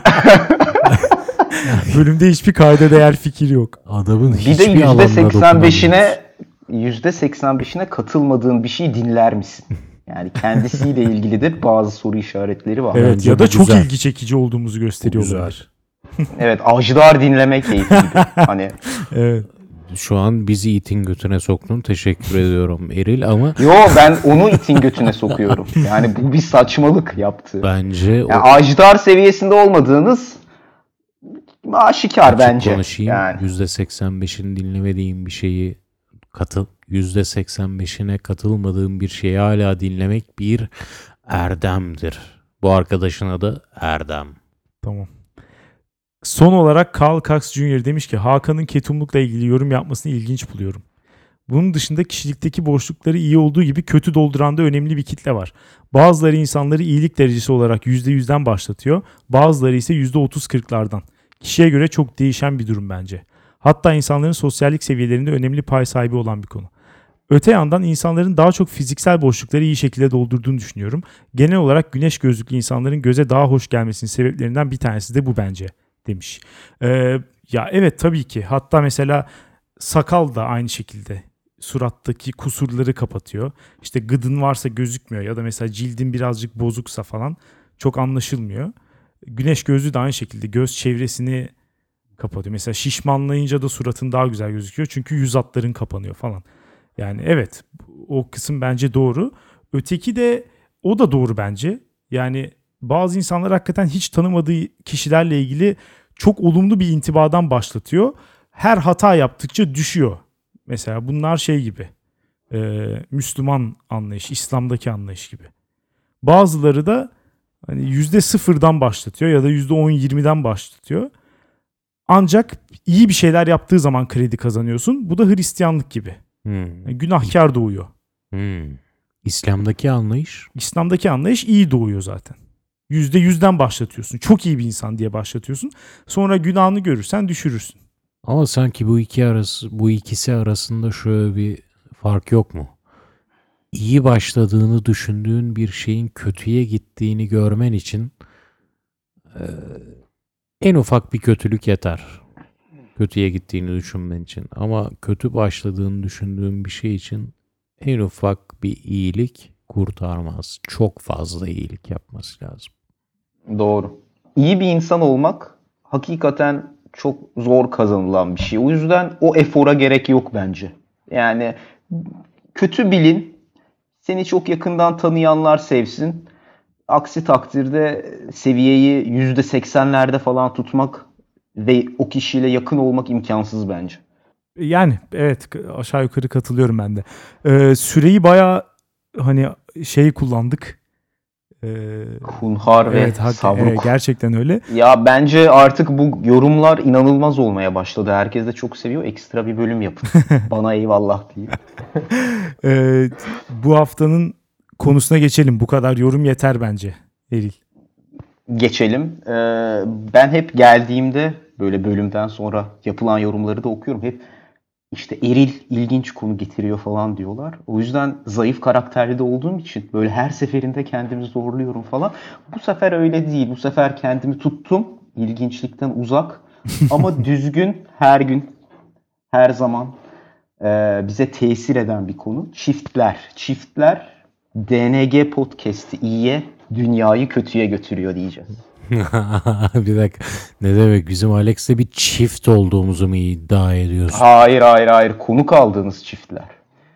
Bölümde hiçbir kayda değer fikir yok.
Adamın
Bir de
hiçbir
yüzde
alanına
seksen
dokunamıyoruz.
beşine yüzde seksen beşine katılmadığın bir şey dinler misin? Yani kendisiyle ilgili de bazı soru işaretleri var.
Evet,
Bence
ya da
bu
çok
güzel.
ilgi çekici olduğumuzu gösteriyor
güzel.
olabilir.
Evet, Ajdar dinleme keyfi gibi. Hani
Evet.
Şu an bizi itin götüne soktun. Teşekkür ediyorum Eril ama
yo, ben onu itin götüne sokuyorum. Yani bu bir saçmalık yaptığı.
bence
Yani
o
Ajdar seviyesinde olmadığınız aşikar
açık
bence.
konuşayım.
Yani.
yüzde seksen beşini dinlemediğim bir şeyi katıl. yüzde seksen beşine katılmadığım bir şeyi hala dinlemek bir erdemdir. Bu arkadaşın adı Erdem.
Tamam. Son olarak Carl Cox Junior demiş ki Hakan'ın ketumlukla ilgili yorum yapmasını ilginç buluyorum. Bunun dışında kişilikteki boşlukları iyi olduğu gibi kötü dolduran da önemli bir kitle var. Bazıları insanları iyilik derecesi olarak yüzde yüzden başlatıyor. Bazıları ise yüzde otuz kırklardan. Kişiye göre çok değişen bir durum bence. Hatta insanların sosyallik seviyelerinde önemli pay sahibi olan bir konu. Öte yandan insanların daha çok fiziksel boşlukları iyi şekilde doldurduğunu düşünüyorum. Genel olarak güneş gözlüklü insanların göze daha hoş gelmesinin sebeplerinden bir tanesi de bu bence demiş. Ee, ya evet, tabii ki. Hatta mesela sakal da aynı şekilde surattaki kusurları kapatıyor. İşte gıdın varsa gözükmüyor ya da mesela cildin birazcık bozuksa falan çok anlaşılmıyor. Güneş gözlüğü de aynı şekilde göz çevresini kapatıyor. Mesela şişmanlayınca da suratın daha güzel gözüküyor. Çünkü yüz hatların kapanıyor falan. Yani evet, o kısım bence doğru. Öteki de, o da doğru bence. Yani bazı insanlar hakikaten hiç tanımadığı kişilerle ilgili çok olumlu bir intibadan başlatıyor. Her hata yaptıkça düşüyor. Mesela bunlar şey gibi. E, Müslüman anlayış, İslam'daki anlayış gibi. Bazıları da hani yüzde sıfırdan başlatıyor ya da yüzde on yirmiden başlatıyor. Ancak iyi bir şeyler yaptığı zaman kredi kazanıyorsun. Bu da Hristiyanlık gibi.
Hmm.
Yani günahkar doğuyor.
Hmm. İslam'daki anlayış?
İslam'daki anlayış iyi doğuyor zaten. Yüzde yüzden başlatıyorsun. Çok iyi bir insan diye başlatıyorsun. Sonra günahını görürsen düşürürsün.
Ama sanki bu iki arası, bu ikisi arasında şöyle bir fark yok mu? İyi başladığını düşündüğün bir şeyin kötüye gittiğini görmen için e, en ufak bir kötülük yeter. Kötüye gittiğini düşünmen için. Ama kötü başladığını düşündüğün bir şey için en ufak bir iyilik kurtarmaz. Çok fazla iyilik yapması lazım.
Doğru. İyi bir insan olmak hakikaten çok zor kazanılan bir şey. O yüzden o efora gerek yok bence. Yani kötü bilin, seni çok yakından tanıyanlar sevsin. Aksi takdirde seviyeyi yüzde seksenlerde falan tutmak ve o kişiyle yakın olmak imkansız bence.
Yani evet, aşağı yukarı katılıyorum ben de. Ee, süreyi bayağı hani şey kullandık. Ee,
Hunhar ve
evet, hak-
savruk.
e, gerçekten öyle.
Ya bence artık bu yorumlar inanılmaz olmaya başladı. Herkes de çok seviyor. Ekstra bir bölüm yapın. Bana eyvallah diye.
Ee, bu haftanın konusuna geçelim. Bu kadar yorum yeter bence Eril.
Geçelim. Ee, ben hep geldiğimde böyle bölümden sonra yapılan yorumları da okuyorum. Hep işte Eril ilginç konu getiriyor falan diyorlar. O yüzden zayıf karakterli de olduğum için böyle her seferinde kendimi zorluyorum falan. Bu sefer öyle değil. Bu sefer kendimi tuttum. İlginçlikten uzak. Ama düzgün, her gün, her zaman e, bize tesir eden bir konu. Çiftler. Çiftler D N G Podcast'i iyiye, dünyayı kötüye götürüyor diyeceğiz.
Bir dakika. Ne demek? Bizim Alex'le bir çift olduğumuzu mu iddia ediyorsun?
Hayır hayır hayır. Konuk aldığınız çiftler.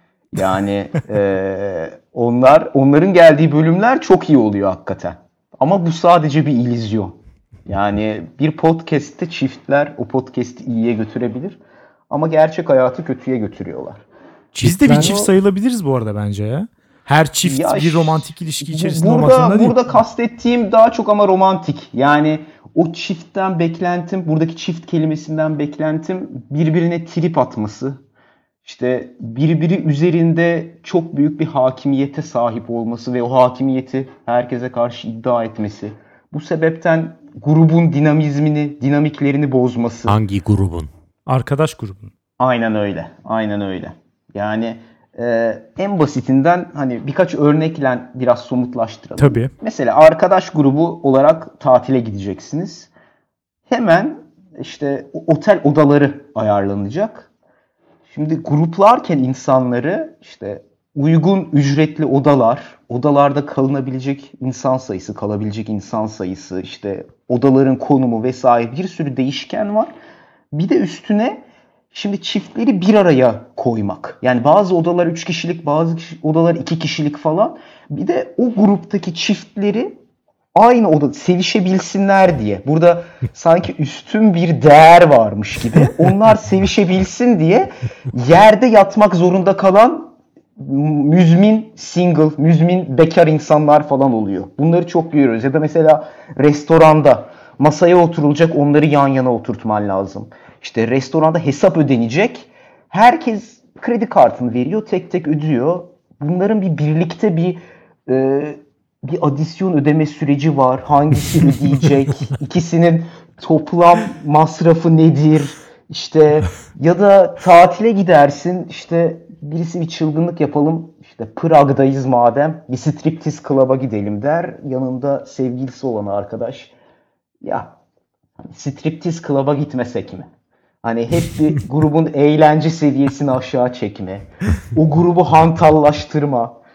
Yani e, onlar onların geldiği bölümler çok iyi oluyor hakikaten. Ama bu sadece bir illüzyon. Yani bir podcast'te çiftler o podcast'i iyiye götürebilir. Ama gerçek hayatı kötüye götürüyorlar.
Biz de bir
Çiftler-
çift sayılabiliriz bu arada bence ya. Her çift
Ya
bir
ş-
romantik ilişki
bu-
içerisinde olmak
burada,
zorunda değil.
burada kastettiğim daha çok ama romantik. Yani o çiftten beklentim, buradaki çift kelimesinden beklentim birbirine trip atması. İşte birbiri üzerinde çok büyük bir hakimiyete sahip olması ve o hakimiyeti herkese karşı iddia etmesi. Bu sebepten grubun dinamizmini, dinamiklerini bozması.
Hangi grubun?
Arkadaş grubun.
Aynen öyle. Aynen öyle. Yani e, en basitinden hani birkaç örnekle biraz somutlaştıralım.
Tabii.
Mesela arkadaş grubu olarak tatile gideceksiniz. Hemen işte o- otel odaları ayarlanacak. Şimdi gruplarken insanları işte uygun ücretli odalar, odalarda kalınabilecek insan sayısı, kalabilecek insan sayısı, işte odaların konumu vesaire bir sürü değişken var. Bir de üstüne şimdi çiftleri bir araya koymak. Yani bazı odalar üç kişilik, bazı kişi- odalar iki kişilik falan. Bir de o gruptaki çiftleri aynı odada sevişebilsinler diye. Burada sanki üstün bir değer varmış gibi. Onlar sevişebilsin diye yerde yatmak zorunda kalan müzmin single, müzmin bekar insanlar falan oluyor. Bunları çok görüyoruz. Ya da mesela restoranda masaya oturulacak, onları yan yana oturtman lazım. İşte restoranda hesap ödenecek. Herkes kredi kartını veriyor, tek tek ödüyor. Bunların bir birlikte bir e, bir adisyon ödeme süreci var. Hangisi ödeyecek? İkisinin toplam masrafı nedir? İşte ya da tatile gidersin. İşte birisi bir çılgınlık yapalım. İşte Prag'dayız madem. Bir striptiz club'a gidelim der. Yanında sevgilisi olan arkadaş. Ya striptiz club'a gitmesek mi? Hani hep bir grubun eğlence seviyesini aşağı çekme. O grubu hantallaştırma.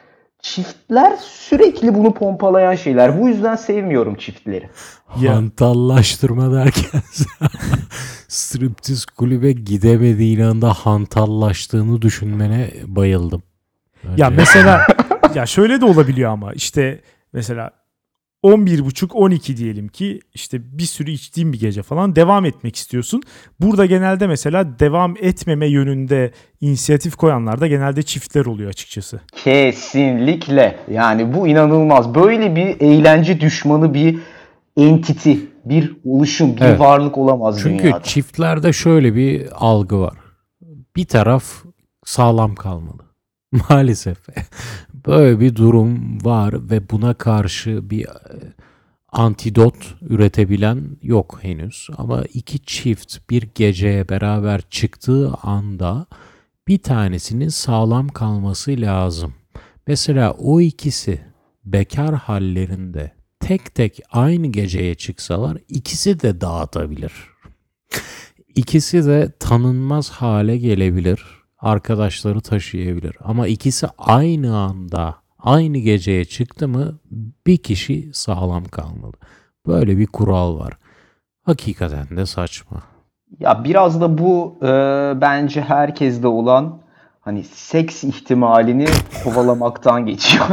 çiftler sürekli bunu pompalayan şeyler. Bu yüzden sevmiyorum çiftleri.
Ya.
Hantallaştırma derken striptiz kulübe gidemediğin anda hantallaştığını düşünmene bayıldım. Önce.
Ya mesela ya şöyle de olabiliyor ama işte mesela on bir buçuk on iki diyelim ki işte bir sürü içtiğin bir gece falan devam etmek istiyorsun. Burada genelde mesela devam etmeme yönünde inisiyatif koyanlar da genelde çiftler oluyor açıkçası.
Kesinlikle. Yani bu inanılmaz. Böyle bir eğlence düşmanı bir entity, bir oluşum, bir
Evet.
varlık olamaz
Çünkü
dünyada.
çiftlerde şöyle bir algı var. Bir taraf sağlam kalmalı. Maalesef böyle bir durum var ve buna karşı bir antidot üretebilen yok henüz. Ama iki çift bir geceye beraber çıktığı anda bir tanesinin sağlam kalması lazım. Mesela o ikisi bekar hallerinde tek tek aynı geceye çıksalar ikisi de dağıtabilir. İkisi de tanınmaz hale gelebilir. Arkadaşları taşıyabilir. Ama ikisi aynı anda aynı geceye çıktı mı bir kişi sağlam kalmalı. Böyle bir kural var. Hakikaten de saçma.
Ya biraz da bu e, bence herkeste olan hani seks ihtimalini kovalamaktan geçiyor.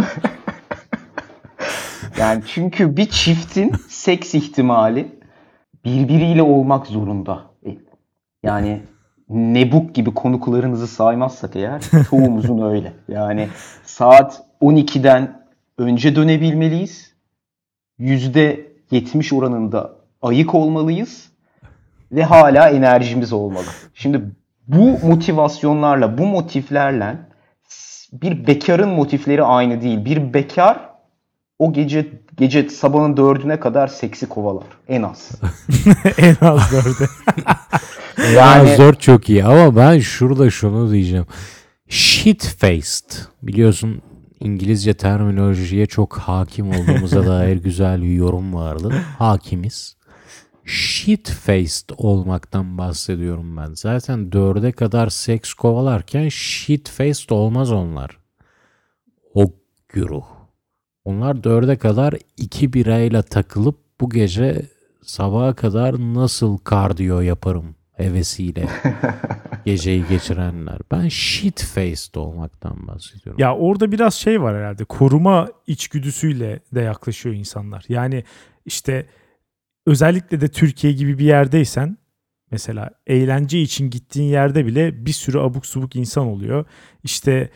Yani çünkü bir çiftin seks ihtimali birbiriyle olmak zorunda. Yani Nebuk gibi konuklarınızı saymazsak eğer çoğumuzun öyle. Yani saat on ikiden önce dönebilmeliyiz. yüzde yetmiş oranında ayık olmalıyız. Ve hala enerjimiz olmalı. Şimdi bu motivasyonlarla, bu motiflerle bir bekarın motifleri aynı değil. Bir bekar o gece gece sabahın dördüne kadar seksi kovalar en az.
En az dörde.
Yani zor çok iyi ama ben şurada şunu diyeceğim. Shit faced. Biliyorsun İngilizce terminolojiye çok hakim olduğumuza dair güzel bir yorum vardı. Hakimiz. Shit faced olmaktan bahsediyorum ben. Zaten dörde kadar seks kovalarken shit faced olmaz onlar. O güruh. Onlar dörde kadar iki birayla takılıp bu gece sabaha kadar nasıl kardiyo yaparım hevesiyle geceyi geçirenler. Ben shit faced olmaktan bahsediyorum.
Ya orada biraz şey var herhalde. Koruma içgüdüsüyle de yaklaşıyor insanlar. Yani işte özellikle de Türkiye gibi bir yerdeysen mesela eğlence için gittiğin yerde bile bir sürü abuk subuk insan oluyor. İşte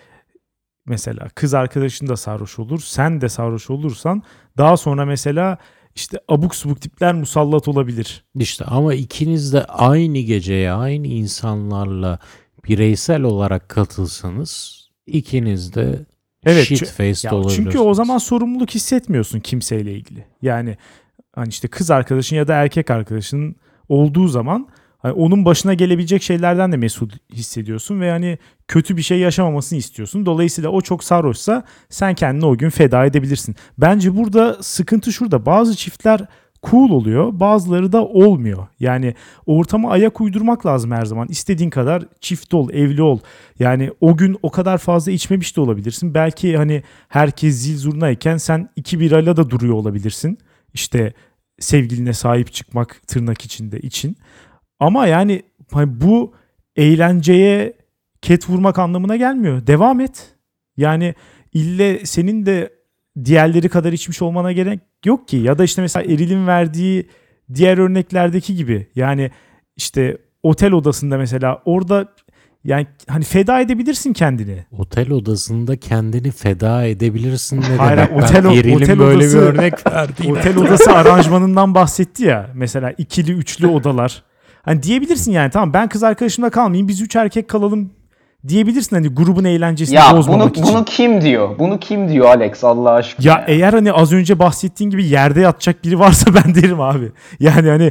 mesela kız arkadaşın da sarhoş olur. Sen de sarhoş olursan daha sonra mesela işte abuk subuk tipler musallat olabilir.
İşte ama ikiniz de aynı geceye aynı insanlarla bireysel olarak katılsanız ikiniz de
Evet,
shit
çü-
faced
ya
olabilirsiniz.
çünkü o zaman sorumluluk hissetmiyorsun kimseyle ilgili. Yani hani işte kız arkadaşın ya da erkek arkadaşın olduğu zaman hani onun başına gelebilecek şeylerden de mesul hissediyorsun ve hani kötü bir şey yaşamamasını istiyorsun. Dolayısıyla o çok sarhoşsa sen kendini o gün feda edebilirsin. Bence burada sıkıntı şurada. Bazı çiftler cool oluyor, bazıları da olmuyor. Yani ortama ayak uydurmak lazım her zaman. İstediğin kadar çift ol, evli ol. Yani o gün o kadar fazla içmemiş de olabilirsin. Belki hani herkes zil zurnayken sen iki birayla da duruyor olabilirsin. İşte sevgiline sahip çıkmak tırnak içinde için. Ama yani hani bu eğlenceye ket vurmak anlamına gelmiyor. Devam et. Yani ille senin de diğerleri kadar içmiş olmana gerek yok ki. Ya da işte mesela Eril'in verdiği diğer örneklerdeki gibi. Yani işte otel odasında mesela orada yani hani feda edebilirsin kendini.
Otel odasında kendini feda edebilirsin ne
Hayır,
demek?
otel-
ben Eril'in
otel
böyle
odası-
bir örnek verdiğine.
Otel odası aranjmanından bahsetti ya. Mesela ikili üçlü odalar. Hani diyebilirsin yani tamam ben kız arkadaşımla kalmayayım biz üç erkek kalalım diyebilirsin hani grubun eğlencesini
Ya bunu
bozmamak için.
bunu kim diyor? Bunu kim diyor Alex Allah aşkına?
Ya eğer hani az önce bahsettiğin gibi yerde yatacak biri varsa ben derim abi. Yani hani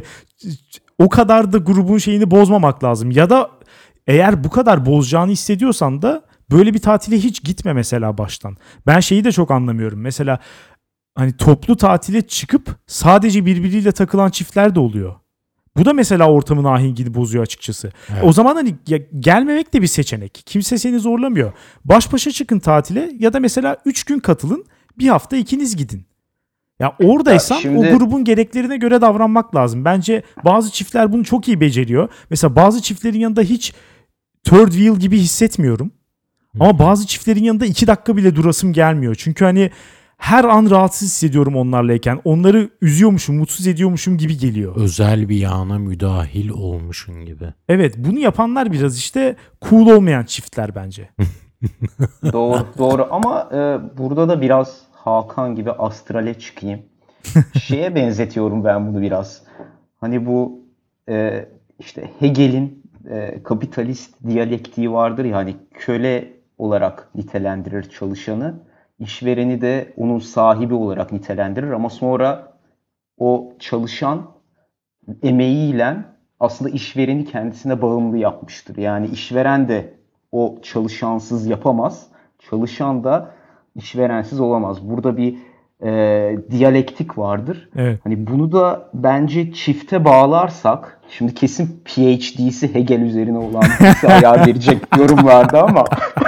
o kadar da grubun şeyini bozmamak lazım. Ya da eğer bu kadar bozacağını hissediyorsan da böyle bir tatile hiç gitme mesela baştan. Ben şeyi de çok anlamıyorum. Mesela hani toplu tatile çıkıp sadece birbiriyle takılan çiftler de oluyor. Bu da mesela ortamın ahengini bozuyor açıkçası.
Evet.
O zaman hani ya, gelmemek de bir seçenek. Kimse seni zorlamıyor. Baş başa çıkın tatile ya da mesela üç gün katılın, bir hafta ikiniz gidin. Ya oradaysan
Ya şimdi...
o grubun gereklerine göre davranmak lazım. Bence bazı çiftler bunu çok iyi beceriyor. Mesela bazı çiftlerin yanında hiç third wheel gibi hissetmiyorum. Ama bazı çiftlerin yanında iki dakika bile durasım gelmiyor. Çünkü hani her an rahatsız hissediyorum onlarlayken. Onları üzüyormuşum, mutsuz ediyormuşum gibi geliyor.
Özel bir yana müdahil olmuşsun gibi.
Evet, bunu yapanlar biraz işte cool olmayan çiftler bence.
Doğru, doğru ama e, burada da biraz Hakan gibi astrale çıkayım. Şeye benzetiyorum ben bunu biraz. Hani bu e, işte Hegel'in e, kapitalist diyalektiği vardır ya, hani köle olarak nitelendirir çalışanı, işvereni de onun sahibi olarak nitelendirir ama sonra o çalışan emeğiyle aslında işvereni kendisine bağımlı yapmıştır. Yani işveren de o çalışansız yapamaz, çalışan da işverensiz olamaz. Burada bir e, diyalektik vardır.
Evet.
Hani bunu da bence çifte bağlarsak, şimdi kesin P H D'si Hegel üzerine olan birisi ayar verecek yorumlarda ama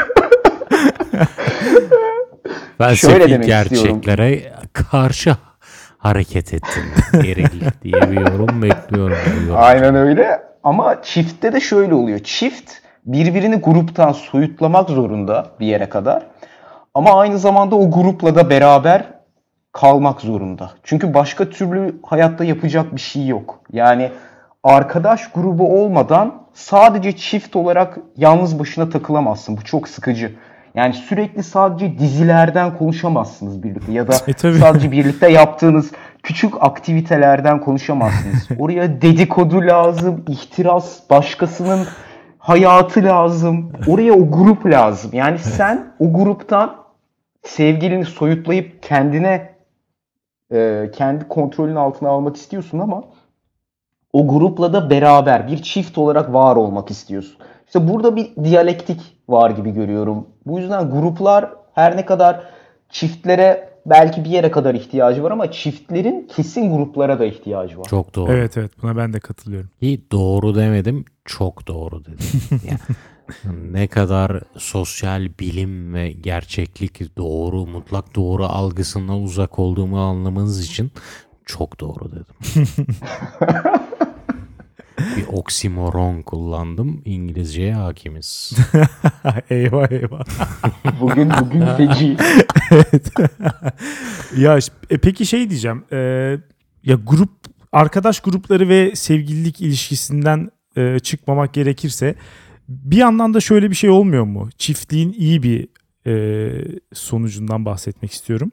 felsefi gerçeklere istiyorum. Karşı hareket ettin Eril diye bir yorum bekliyorum. Yorum.
Aynen öyle ama çiftte de şöyle oluyor. Çift birbirini gruptan soyutlamak zorunda bir yere kadar. Ama aynı zamanda o grupla da beraber kalmak zorunda. Çünkü başka türlü hayatta yapacak bir şey yok. Yani arkadaş grubu olmadan sadece çift olarak yalnız başına takılamazsın. Bu çok sıkıcı. Yani sürekli sadece dizilerden konuşamazsınız birlikte ya da
e,
sadece birlikte yaptığınız küçük aktivitelerden konuşamazsınız. Oraya dedikodu lazım, ihtiras, başkasının hayatı lazım. Oraya o grup lazım. Yani sen o gruptan sevgilini soyutlayıp kendine e, kendi kontrolün altına almak istiyorsun ama o grupla da beraber bir çift olarak var olmak istiyorsun. İşte burada bir diyalektik var gibi görüyorum. Bu yüzden gruplar her ne kadar çiftlere belki bir yere kadar ihtiyacı var ama çiftlerin kesin gruplara da ihtiyacı var.
Çok doğru.
Evet evet, buna ben de katılıyorum.
İyi, doğru demedim, çok doğru dedim. Yani ne kadar sosyal bilim ve gerçeklik doğru, mutlak doğru algısından uzak olduğumu anlamanız için çok doğru dedim. Bir oksimoron kullandım. İngilizceye hakimiz.
Eyvah eyvah.
Bugün bugün feci.
Evet. Ya e, peki şey diyeceğim. E, ya grup arkadaş grupları ve sevgililik ilişkisinden e, çıkmamak gerekirse bir yandan da şöyle bir şey olmuyor mu? Çiftliğin iyi bir e, sonucundan bahsetmek istiyorum.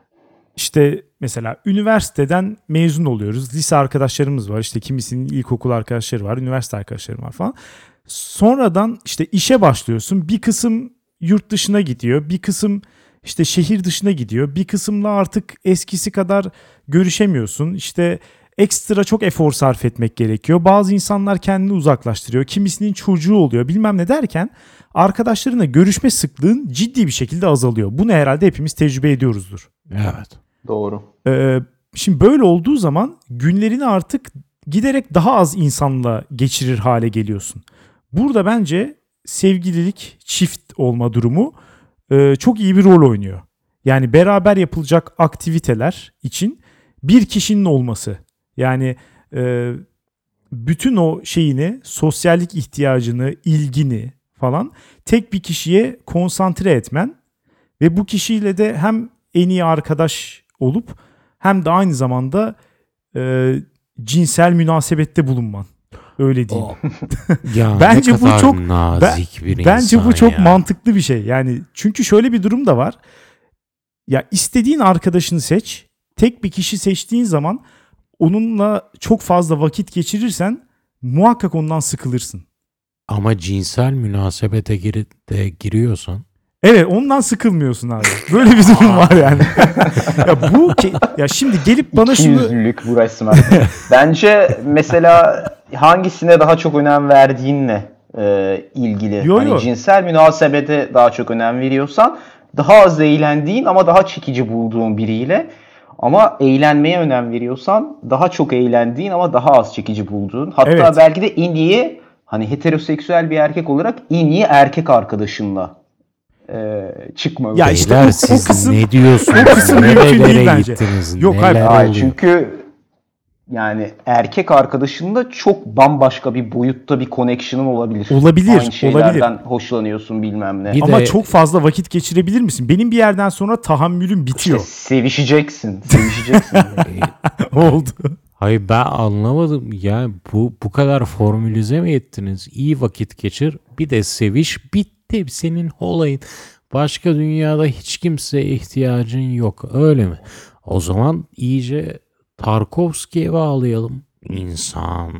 İşte mesela üniversiteden mezun oluyoruz. Lise arkadaşlarımız var. İşte kimisinin ilkokul arkadaşları var. Üniversite arkadaşları var falan. Sonradan işte işe başlıyorsun. Bir kısım yurt dışına gidiyor. Bir kısım işte şehir dışına gidiyor. Bir kısımla artık eskisi kadar görüşemiyorsun. İşte ekstra çok efor sarf etmek gerekiyor. Bazı insanlar kendini uzaklaştırıyor. Kimisinin çocuğu oluyor bilmem ne derken arkadaşlarına görüşme sıklığın ciddi bir şekilde azalıyor. Bunu herhalde hepimiz tecrübe ediyoruzdur.
Evet.
Doğru.
Ee, şimdi böyle olduğu zaman günlerini artık giderek daha az insanla geçirir hale geliyorsun. Burada bence sevgililik, çift olma durumu e, çok iyi bir rol oynuyor. Yani beraber yapılacak aktiviteler için bir kişinin olması. Yani e, bütün o şeyini, sosyallik ihtiyacını, ilgini falan tek bir kişiye konsantre etmen ve bu kişiyle de hem en iyi arkadaş olup hem de aynı zamanda e, cinsel münasebette bulunman. Öyle diyeyim.
Oh. Ya
bence
ne
bu
kadar
çok
nazik bir
bence
insan
bu çok
ya.
mantıklı bir şey. Yani çünkü şöyle bir durum da var. Ya istediğin arkadaşını seç. Tek bir kişi seçtiğin zaman onunla çok fazla vakit geçirirsen muhakkak ondan sıkılırsın.
Ama cinsel münasebete gir de giriyorsan.
Evet, ondan sıkılmıyorsun abi. Böyle bir durum var yani. ya bu ki, ya şimdi gelip bana şunu
İkiyüzlülük bu resmen. Bence mesela hangisine daha çok önem verdiğinle e, ilgili.
Yo,
hani
yo.
cinsel münasebete daha çok önem veriyorsan daha az eğlendiğin ama daha çekici bulduğun biriyle. Ama eğlenmeye önem veriyorsan daha çok eğlendiğin ama daha az çekici bulduğun. Hatta
Evet.
belki de en iyi, hani heteroseksüel bir erkek olarak en iyi erkek arkadaşınla e, çıkma.
Ya işte
Beyler
o- o
siz
kısım-
ne diyorsunuz?
o kısım mümkün değil
Nerelere
bence.
gittiniz?
Yok, hayır,
Neler
Hayır,
oluyor?
çünkü yani erkek arkadaşında çok bambaşka bir boyutta bir connection'ın olabilir.
Olabilir,
Aynı şeylerden
olabilir.
hoşlanıyorsun bilmem ne.
Bir
Ama
de-
çok fazla vakit geçirebilir misin? Benim bir yerden sonra tahammülüm
İşte
bitiyor.
sevişeceksin, sevişeceksin.
Oldu.
Hayır ben anlamadım ya, bu bu kadar formülize mi ettiniz? İyi vakit geçir, bir de seviş, bitti senin olayın. Başka dünyada hiç kimseye ihtiyacın yok, öyle mi? O zaman iyice Tarkovski'ye bağlayalım. İnsan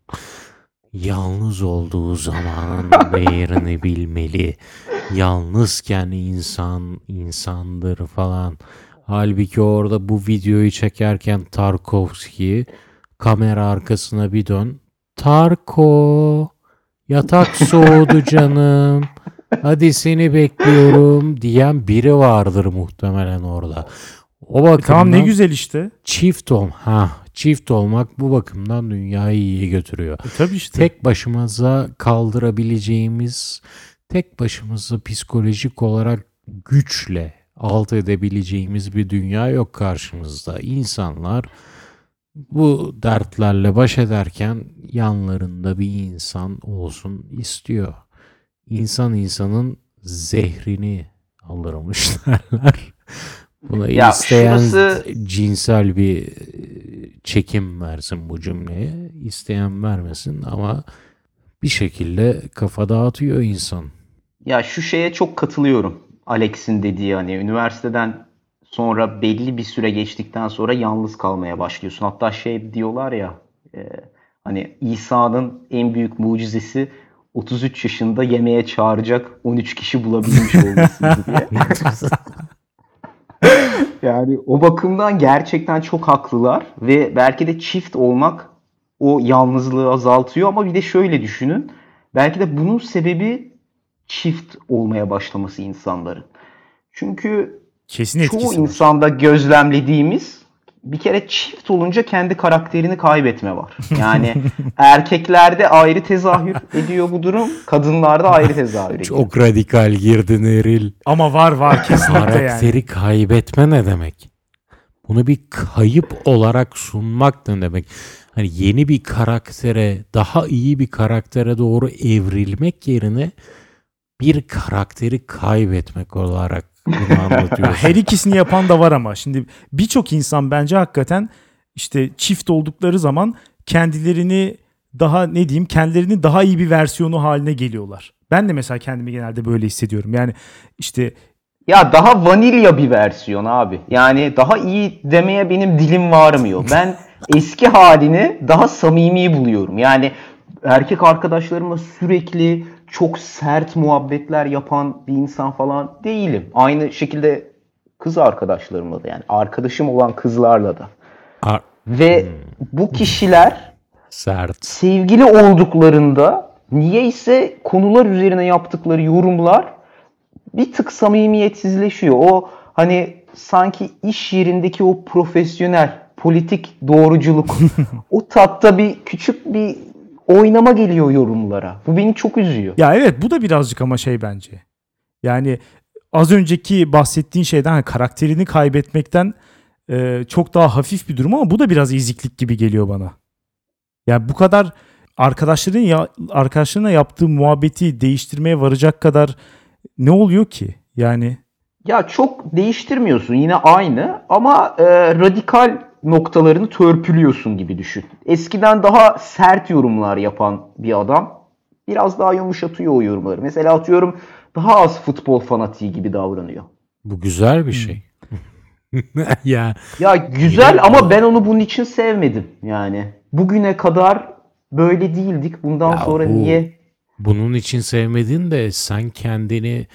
yalnız olduğu zamanın değerini bilmeli. Yalnızken insan insandır falan. Halbuki orada bu videoyu çekerken Tarkovski kamera arkasına bir dön. Tarko, yatak soğudu canım. Hadi seni bekliyorum diyen biri vardır muhtemelen orada. O bakımdan
Tamam, ne güzel işte.
çift ol. Ha, çift olmak bu bakımdan dünyayı iyiye götürüyor.
E, tabii işte.
Tek başımıza kaldırabileceğimiz, tek başımıza psikolojik olarak güçle alt edebileceğimiz bir dünya yok karşımızda. İnsanlar bu dertlerle baş ederken yanlarında bir insan olsun istiyor. İnsan insanın zehrini alırmış derler. Buna
Ya
isteyen
şurası-
cinsel bir çekim versin bu cümleye. İsteyen vermesin ama bir şekilde kafa dağıtıyor insan.
Ya şu şeye çok katılıyorum. Alex'in dediği, hani üniversiteden sonra belli bir süre geçtikten sonra yalnız kalmaya başlıyorsun. Hatta şey diyorlar ya, e, hani İsa'nın en büyük mucizesi otuz üç yaşında yemeğe çağıracak on üç kişi bulabilmiş olmasıydı diye. Yani o bakımdan gerçekten çok haklılar ve belki de çift olmak o yalnızlığı azaltıyor, ama bir de şöyle düşünün. Belki de bunun sebebi çift olmaya başlaması insanların. Çünkü
Kesin
çoğu
etkisi var.
insanda gözlemlediğimiz, bir kere çift olunca kendi karakterini kaybetme var. Yani erkeklerde ayrı tezahür ediyor bu durum, kadınlarda ayrı tezahür ediyor.
Çok radikal girdin Eril.
Ama var var kesinlikle yani.
Karakteri kaybetme ne demek? Bunu bir kayıp olarak sunmak ne demek? Hani yeni bir karaktere, daha iyi bir karaktere doğru evrilmek yerine bir karakteri kaybetmek olarak bunu
Ya
anlatıyorsun.
her ikisini yapan da var ama şimdi birçok insan bence hakikaten işte çift oldukları zaman kendilerini daha ne diyeyim kendilerinin daha iyi bir versiyonu haline geliyorlar. Ben de mesela kendimi genelde böyle hissediyorum. Yani işte
Ya daha vanilya bir versiyon abi. Yani daha iyi demeye benim dilim varmıyor. Ben eski halini daha samimi buluyorum. Yani erkek arkadaşlarımla sürekli çok sert muhabbetler yapan bir insan falan değilim. Aynı şekilde kız arkadaşlarımla da, yani arkadaşım olan kızlarla da.
Ar-
Ve bu kişiler
Sert.
sevgili olduklarında niyeyse konular üzerine yaptıkları yorumlar bir tık samimiyetsizleşiyor. O hani sanki iş yerindeki o profesyonel, politik doğruculuk, o tatta bir küçük bir oynama geliyor yorumlara. Bu beni çok üzüyor.
ya evet bu da birazcık ama şey bence. Yani az önceki bahsettiğin şeyden hani karakterini kaybetmekten e, çok daha hafif bir durum ama bu da biraz eziklik gibi geliyor bana. Yani bu kadar arkadaşların ya arkadaşlarına yaptığı muhabbeti değiştirmeye varacak kadar ne oluyor ki? Yani
Ya çok değiştirmiyorsun, yine aynı, ama e, radikal noktalarını törpülüyorsun gibi düşün. Eskiden daha sert yorumlar yapan bir adam biraz daha yumuşatıyor o yorumları. Mesela atıyorum daha az futbol fanatiği gibi davranıyor.
Bu güzel bir şey. ya
Ya güzel ama ben onu bunun için sevmedim yani. Bugüne kadar böyle değildik. Bundan
Ya
sonra
bu-
niye?
bunun için sevmedin de sen kendini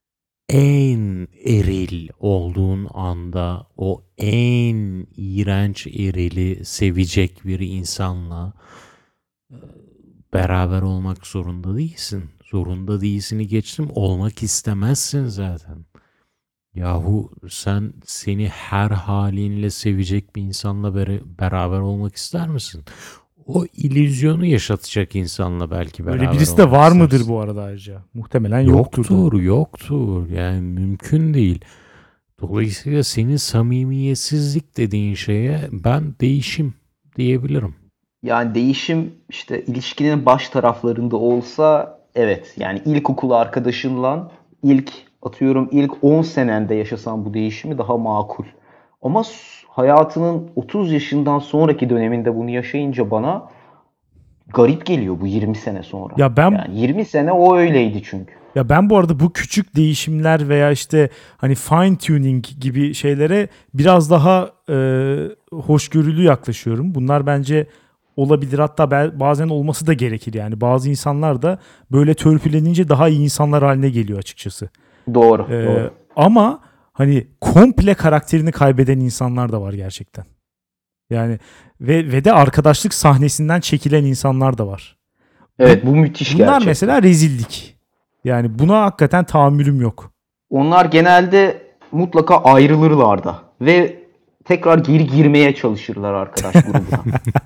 en eril olduğun anda o en iğrenç erili sevecek bir insanla e, beraber olmak zorunda değilsin. Zorunda değilsini geçtim. Olmak istemezsin zaten. Yahu sen seni her halinle sevecek bir insanla bere- beraber olmak ister misin? O illüzyonu yaşatacak insanla belki beraber
Öyle birisi de
olmak
var mıdır
istersin.
bu arada ayrıca? Muhtemelen yoktur. da.
Yoktur, yoktur. Yani mümkün değil. Dolayısıyla senin samimiyetsizlik dediğin şeye ben değişim diyebilirim.
Yani değişim işte ilişkinin baş taraflarında olsa evet. Yani ilkokul arkadaşınla ilk atıyorum ilk on senende yaşasan bu değişimi daha makul. Ama s- hayatının otuz yaşından sonraki döneminde bunu yaşayınca bana garip geliyor bu yirmi sene sonra.
Ya ben
Yani yirmi sene o öyleydi çünkü.
Ya ben bu arada bu küçük değişimler veya işte hani fine tuning gibi şeylere biraz daha e, hoşgörülü yaklaşıyorum. Bunlar bence olabilir, hatta be- bazen olması da gerekir yani. Bazı insanlar da böyle törpülenince daha iyi insanlar haline geliyor açıkçası.
Doğru,
E,
doğru.
ama hani komple karakterini kaybeden insanlar da var gerçekten. Yani ve ve de arkadaşlık sahnesinden çekilen insanlar da var. Bu,
Evet, bu müthiş
bunlar
gerçekten.
mesela rezillik. Yani buna hakikaten tahammülüm yok.
Onlar genelde mutlaka ayrılırlar da ve tekrar geri girmeye çalışırlar arkadaş grubuna.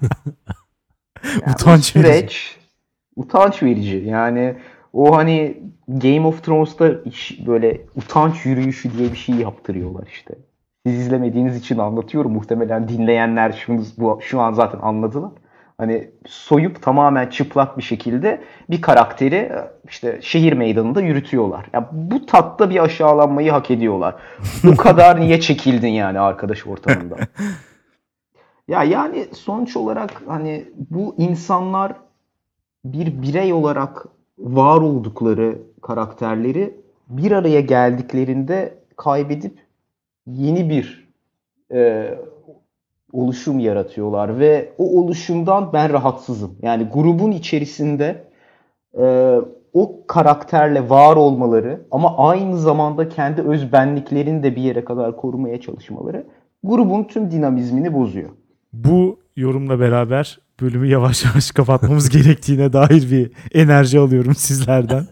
Yani o
Utanç verici.
süreç utanç verici. Yani o hani Game of Thrones'ta iş- böyle utanç yürüyüşü diye bir şey yaptırıyorlar işte. Siz izlemediğiniz için anlatıyorum. Muhtemelen dinleyenler şunu, bu, şu an zaten anladılar. Hani soyup tamamen çıplak bir şekilde bir karakteri işte şehir meydanında yürütüyorlar. Ya bu tatta bir aşağılanmayı hak ediyorlar. O kadar niye çekildin yani arkadaş ortamında? Ya yani sonuç olarak hani bu insanlar bir birey olarak var oldukları karakterleri bir araya geldiklerinde kaybedip yeni bir e, oluşum yaratıyorlar ve o oluşumdan ben rahatsızım. Yani grubun içerisinde e, o karakterle var olmaları ama aynı zamanda kendi öz benliklerini de bir yere kadar korumaya çalışmaları grubun tüm dinamizmini bozuyor.
Bu yorumla beraber bölümü yavaş yavaş kapatmamız gerektiğine dair bir enerji alıyorum sizlerden.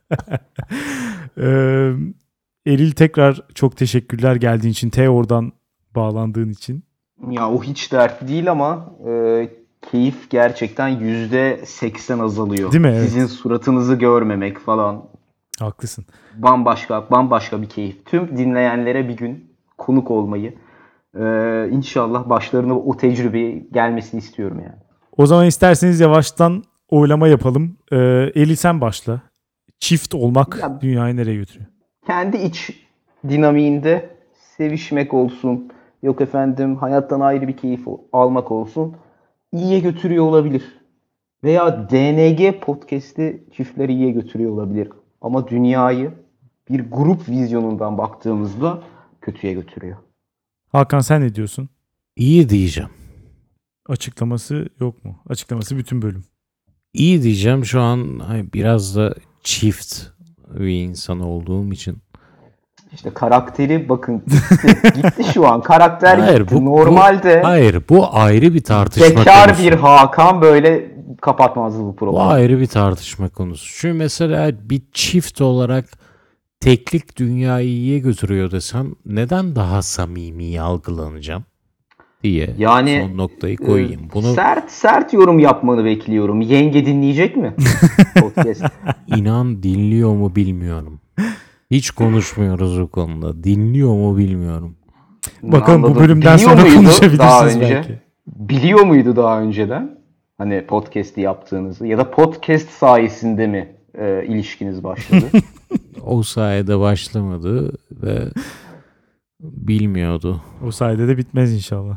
Ee, Eril, tekrar çok teşekkürler geldiğin için. T oradan bağlandığın için.
Ya o hiç dert değil ama e, keyif gerçekten yüzde seksen azalıyor.
Değil mi?
Sizin
Evet.
suratınızı görmemek falan
Haklısın.
bambaşka bambaşka bir keyif. Tüm dinleyenlere bir gün konuk olmayı e, inşallah başlarına o tecrübeyi gelmesini istiyorum yani.
O zaman isterseniz yavaştan oylama yapalım. Ee, Eril, sen başla. Çift olmak
Ya
dünyayı nereye götürüyor?
kendi iç dinamiğinde sevişmek olsun, yok efendim hayattan ayrı bir keyif almak olsun iyiye götürüyor olabilir. Veya D N G podcast'i çiftleri iyiye götürüyor olabilir. Ama dünyayı bir grup vizyonundan baktığımızda kötüye götürüyor.
Hakan, sen ne diyorsun?
İyi diyeceğim.
Açıklaması yok mu? Açıklaması bütün bölüm.
İyi diyeceğim şu an hani biraz da çift bir insan olduğum için.
İşte karakteri bakın gitti. Gitti şu an. Karakter
Hayır
gitti.
bu, bu
Normalde
hayır bu ayrı bir tartışma
bekar
konusu.
bir Hakan böyle kapatmazdı bu
Bu
programı.
ayrı bir tartışma konusu. Çünkü mesela bir çift olarak teklik dünyayı iyiye götürüyor desem neden daha samimi algılanacağım diye
Yani
son noktayı
e,
koyayım. Bunu
sert sert yorum yapmanı bekliyorum. Yenge dinleyecek mi? Podcast.
inan dinliyor mu bilmiyorum. Hiç konuşmuyoruz bu konuda. Dinliyor mu bilmiyorum.
Bakalım bu
Anladım.
bölümden
Biliyor
sonra
muydu daha
konuşabilirsiniz
önce?
belki.
Biliyor muydu daha önceden? Hani podcast'i yaptığınızı ya da podcast sayesinde mi e, ilişkiniz başladı?
O sayede başlamadı ve bilmiyordu.
O sayede de bitmez inşallah.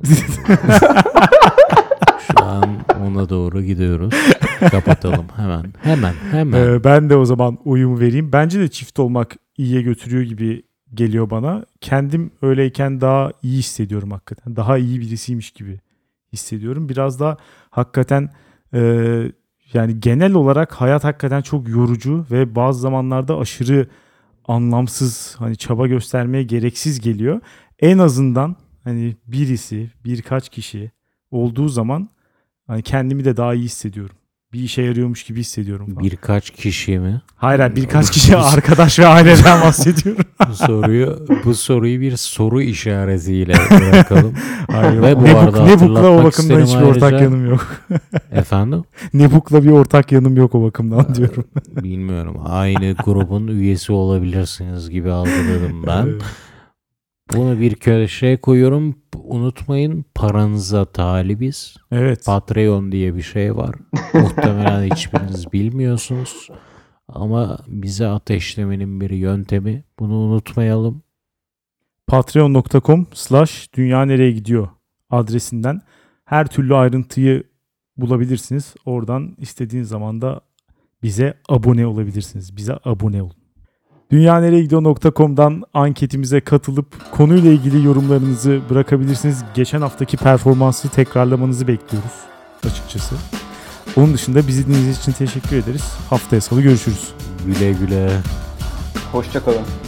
Şu an ona doğru gidiyoruz. Kapatalım hemen. Hemen hemen.
Ee, ben de o zaman oyumu vereyim. Bence de çift olmak iyiye götürüyor gibi geliyor bana. Kendim öyleyken daha iyi hissediyorum hakikaten. Daha iyi birisiymiş gibi hissediyorum. Biraz da hakikaten e, yani genel olarak hayat hakikaten çok yorucu ve bazı zamanlarda aşırı anlamsız, hani çaba göstermeye gereksiz geliyor. En azından hani birisi, birkaç kişi olduğu zaman hani kendimi de daha iyi hissediyorum. bir işe yarıyormuş gibi hissediyorum falan.
Birkaç kişi mi?
Hayır, hayır, birkaç kişi arkadaş ve aileden bahsediyorum.
Bu soruyu bu soruyu bir soru işaretiyle bırakalım.
Hayır,
Ve bu
Nebuk,
arada
Nebuk'la o
hatırlatmak
bakımdan
isterim
hiçbir ortak
ayrıca-
yanım yok.
Efendim?
Nebuk'la bir ortak yanım yok o bakımdan diyorum.
Bilmiyorum. Aynı grubun üyesi olabilirsiniz gibi algıladım ben.
Evet.
Bunu bir köşeye koyuyorum. Unutmayın, paranıza talibiz.
Evet.
Patreon diye bir şey var. Muhtemelen hiçbiriniz bilmiyorsunuz. Ama bize ateşlemenin bir yöntemi. Bunu unutmayalım.
patreon nokta com slash dünya nereye gidiyor adresinden her türlü ayrıntıyı bulabilirsiniz. Oradan istediğiniz zaman da bize abone olabilirsiniz. Bize abone olun. dünya nereye gidiyor nokta com'dan anketimize katılıp konuyla ilgili yorumlarınızı bırakabilirsiniz. Geçen haftaki performansı tekrarlamanızı bekliyoruz açıkçası. Onun dışında bizi dinlediğiniz için teşekkür ederiz. Haftaya salı görüşürüz.
Güle güle.
Hoşça kalın.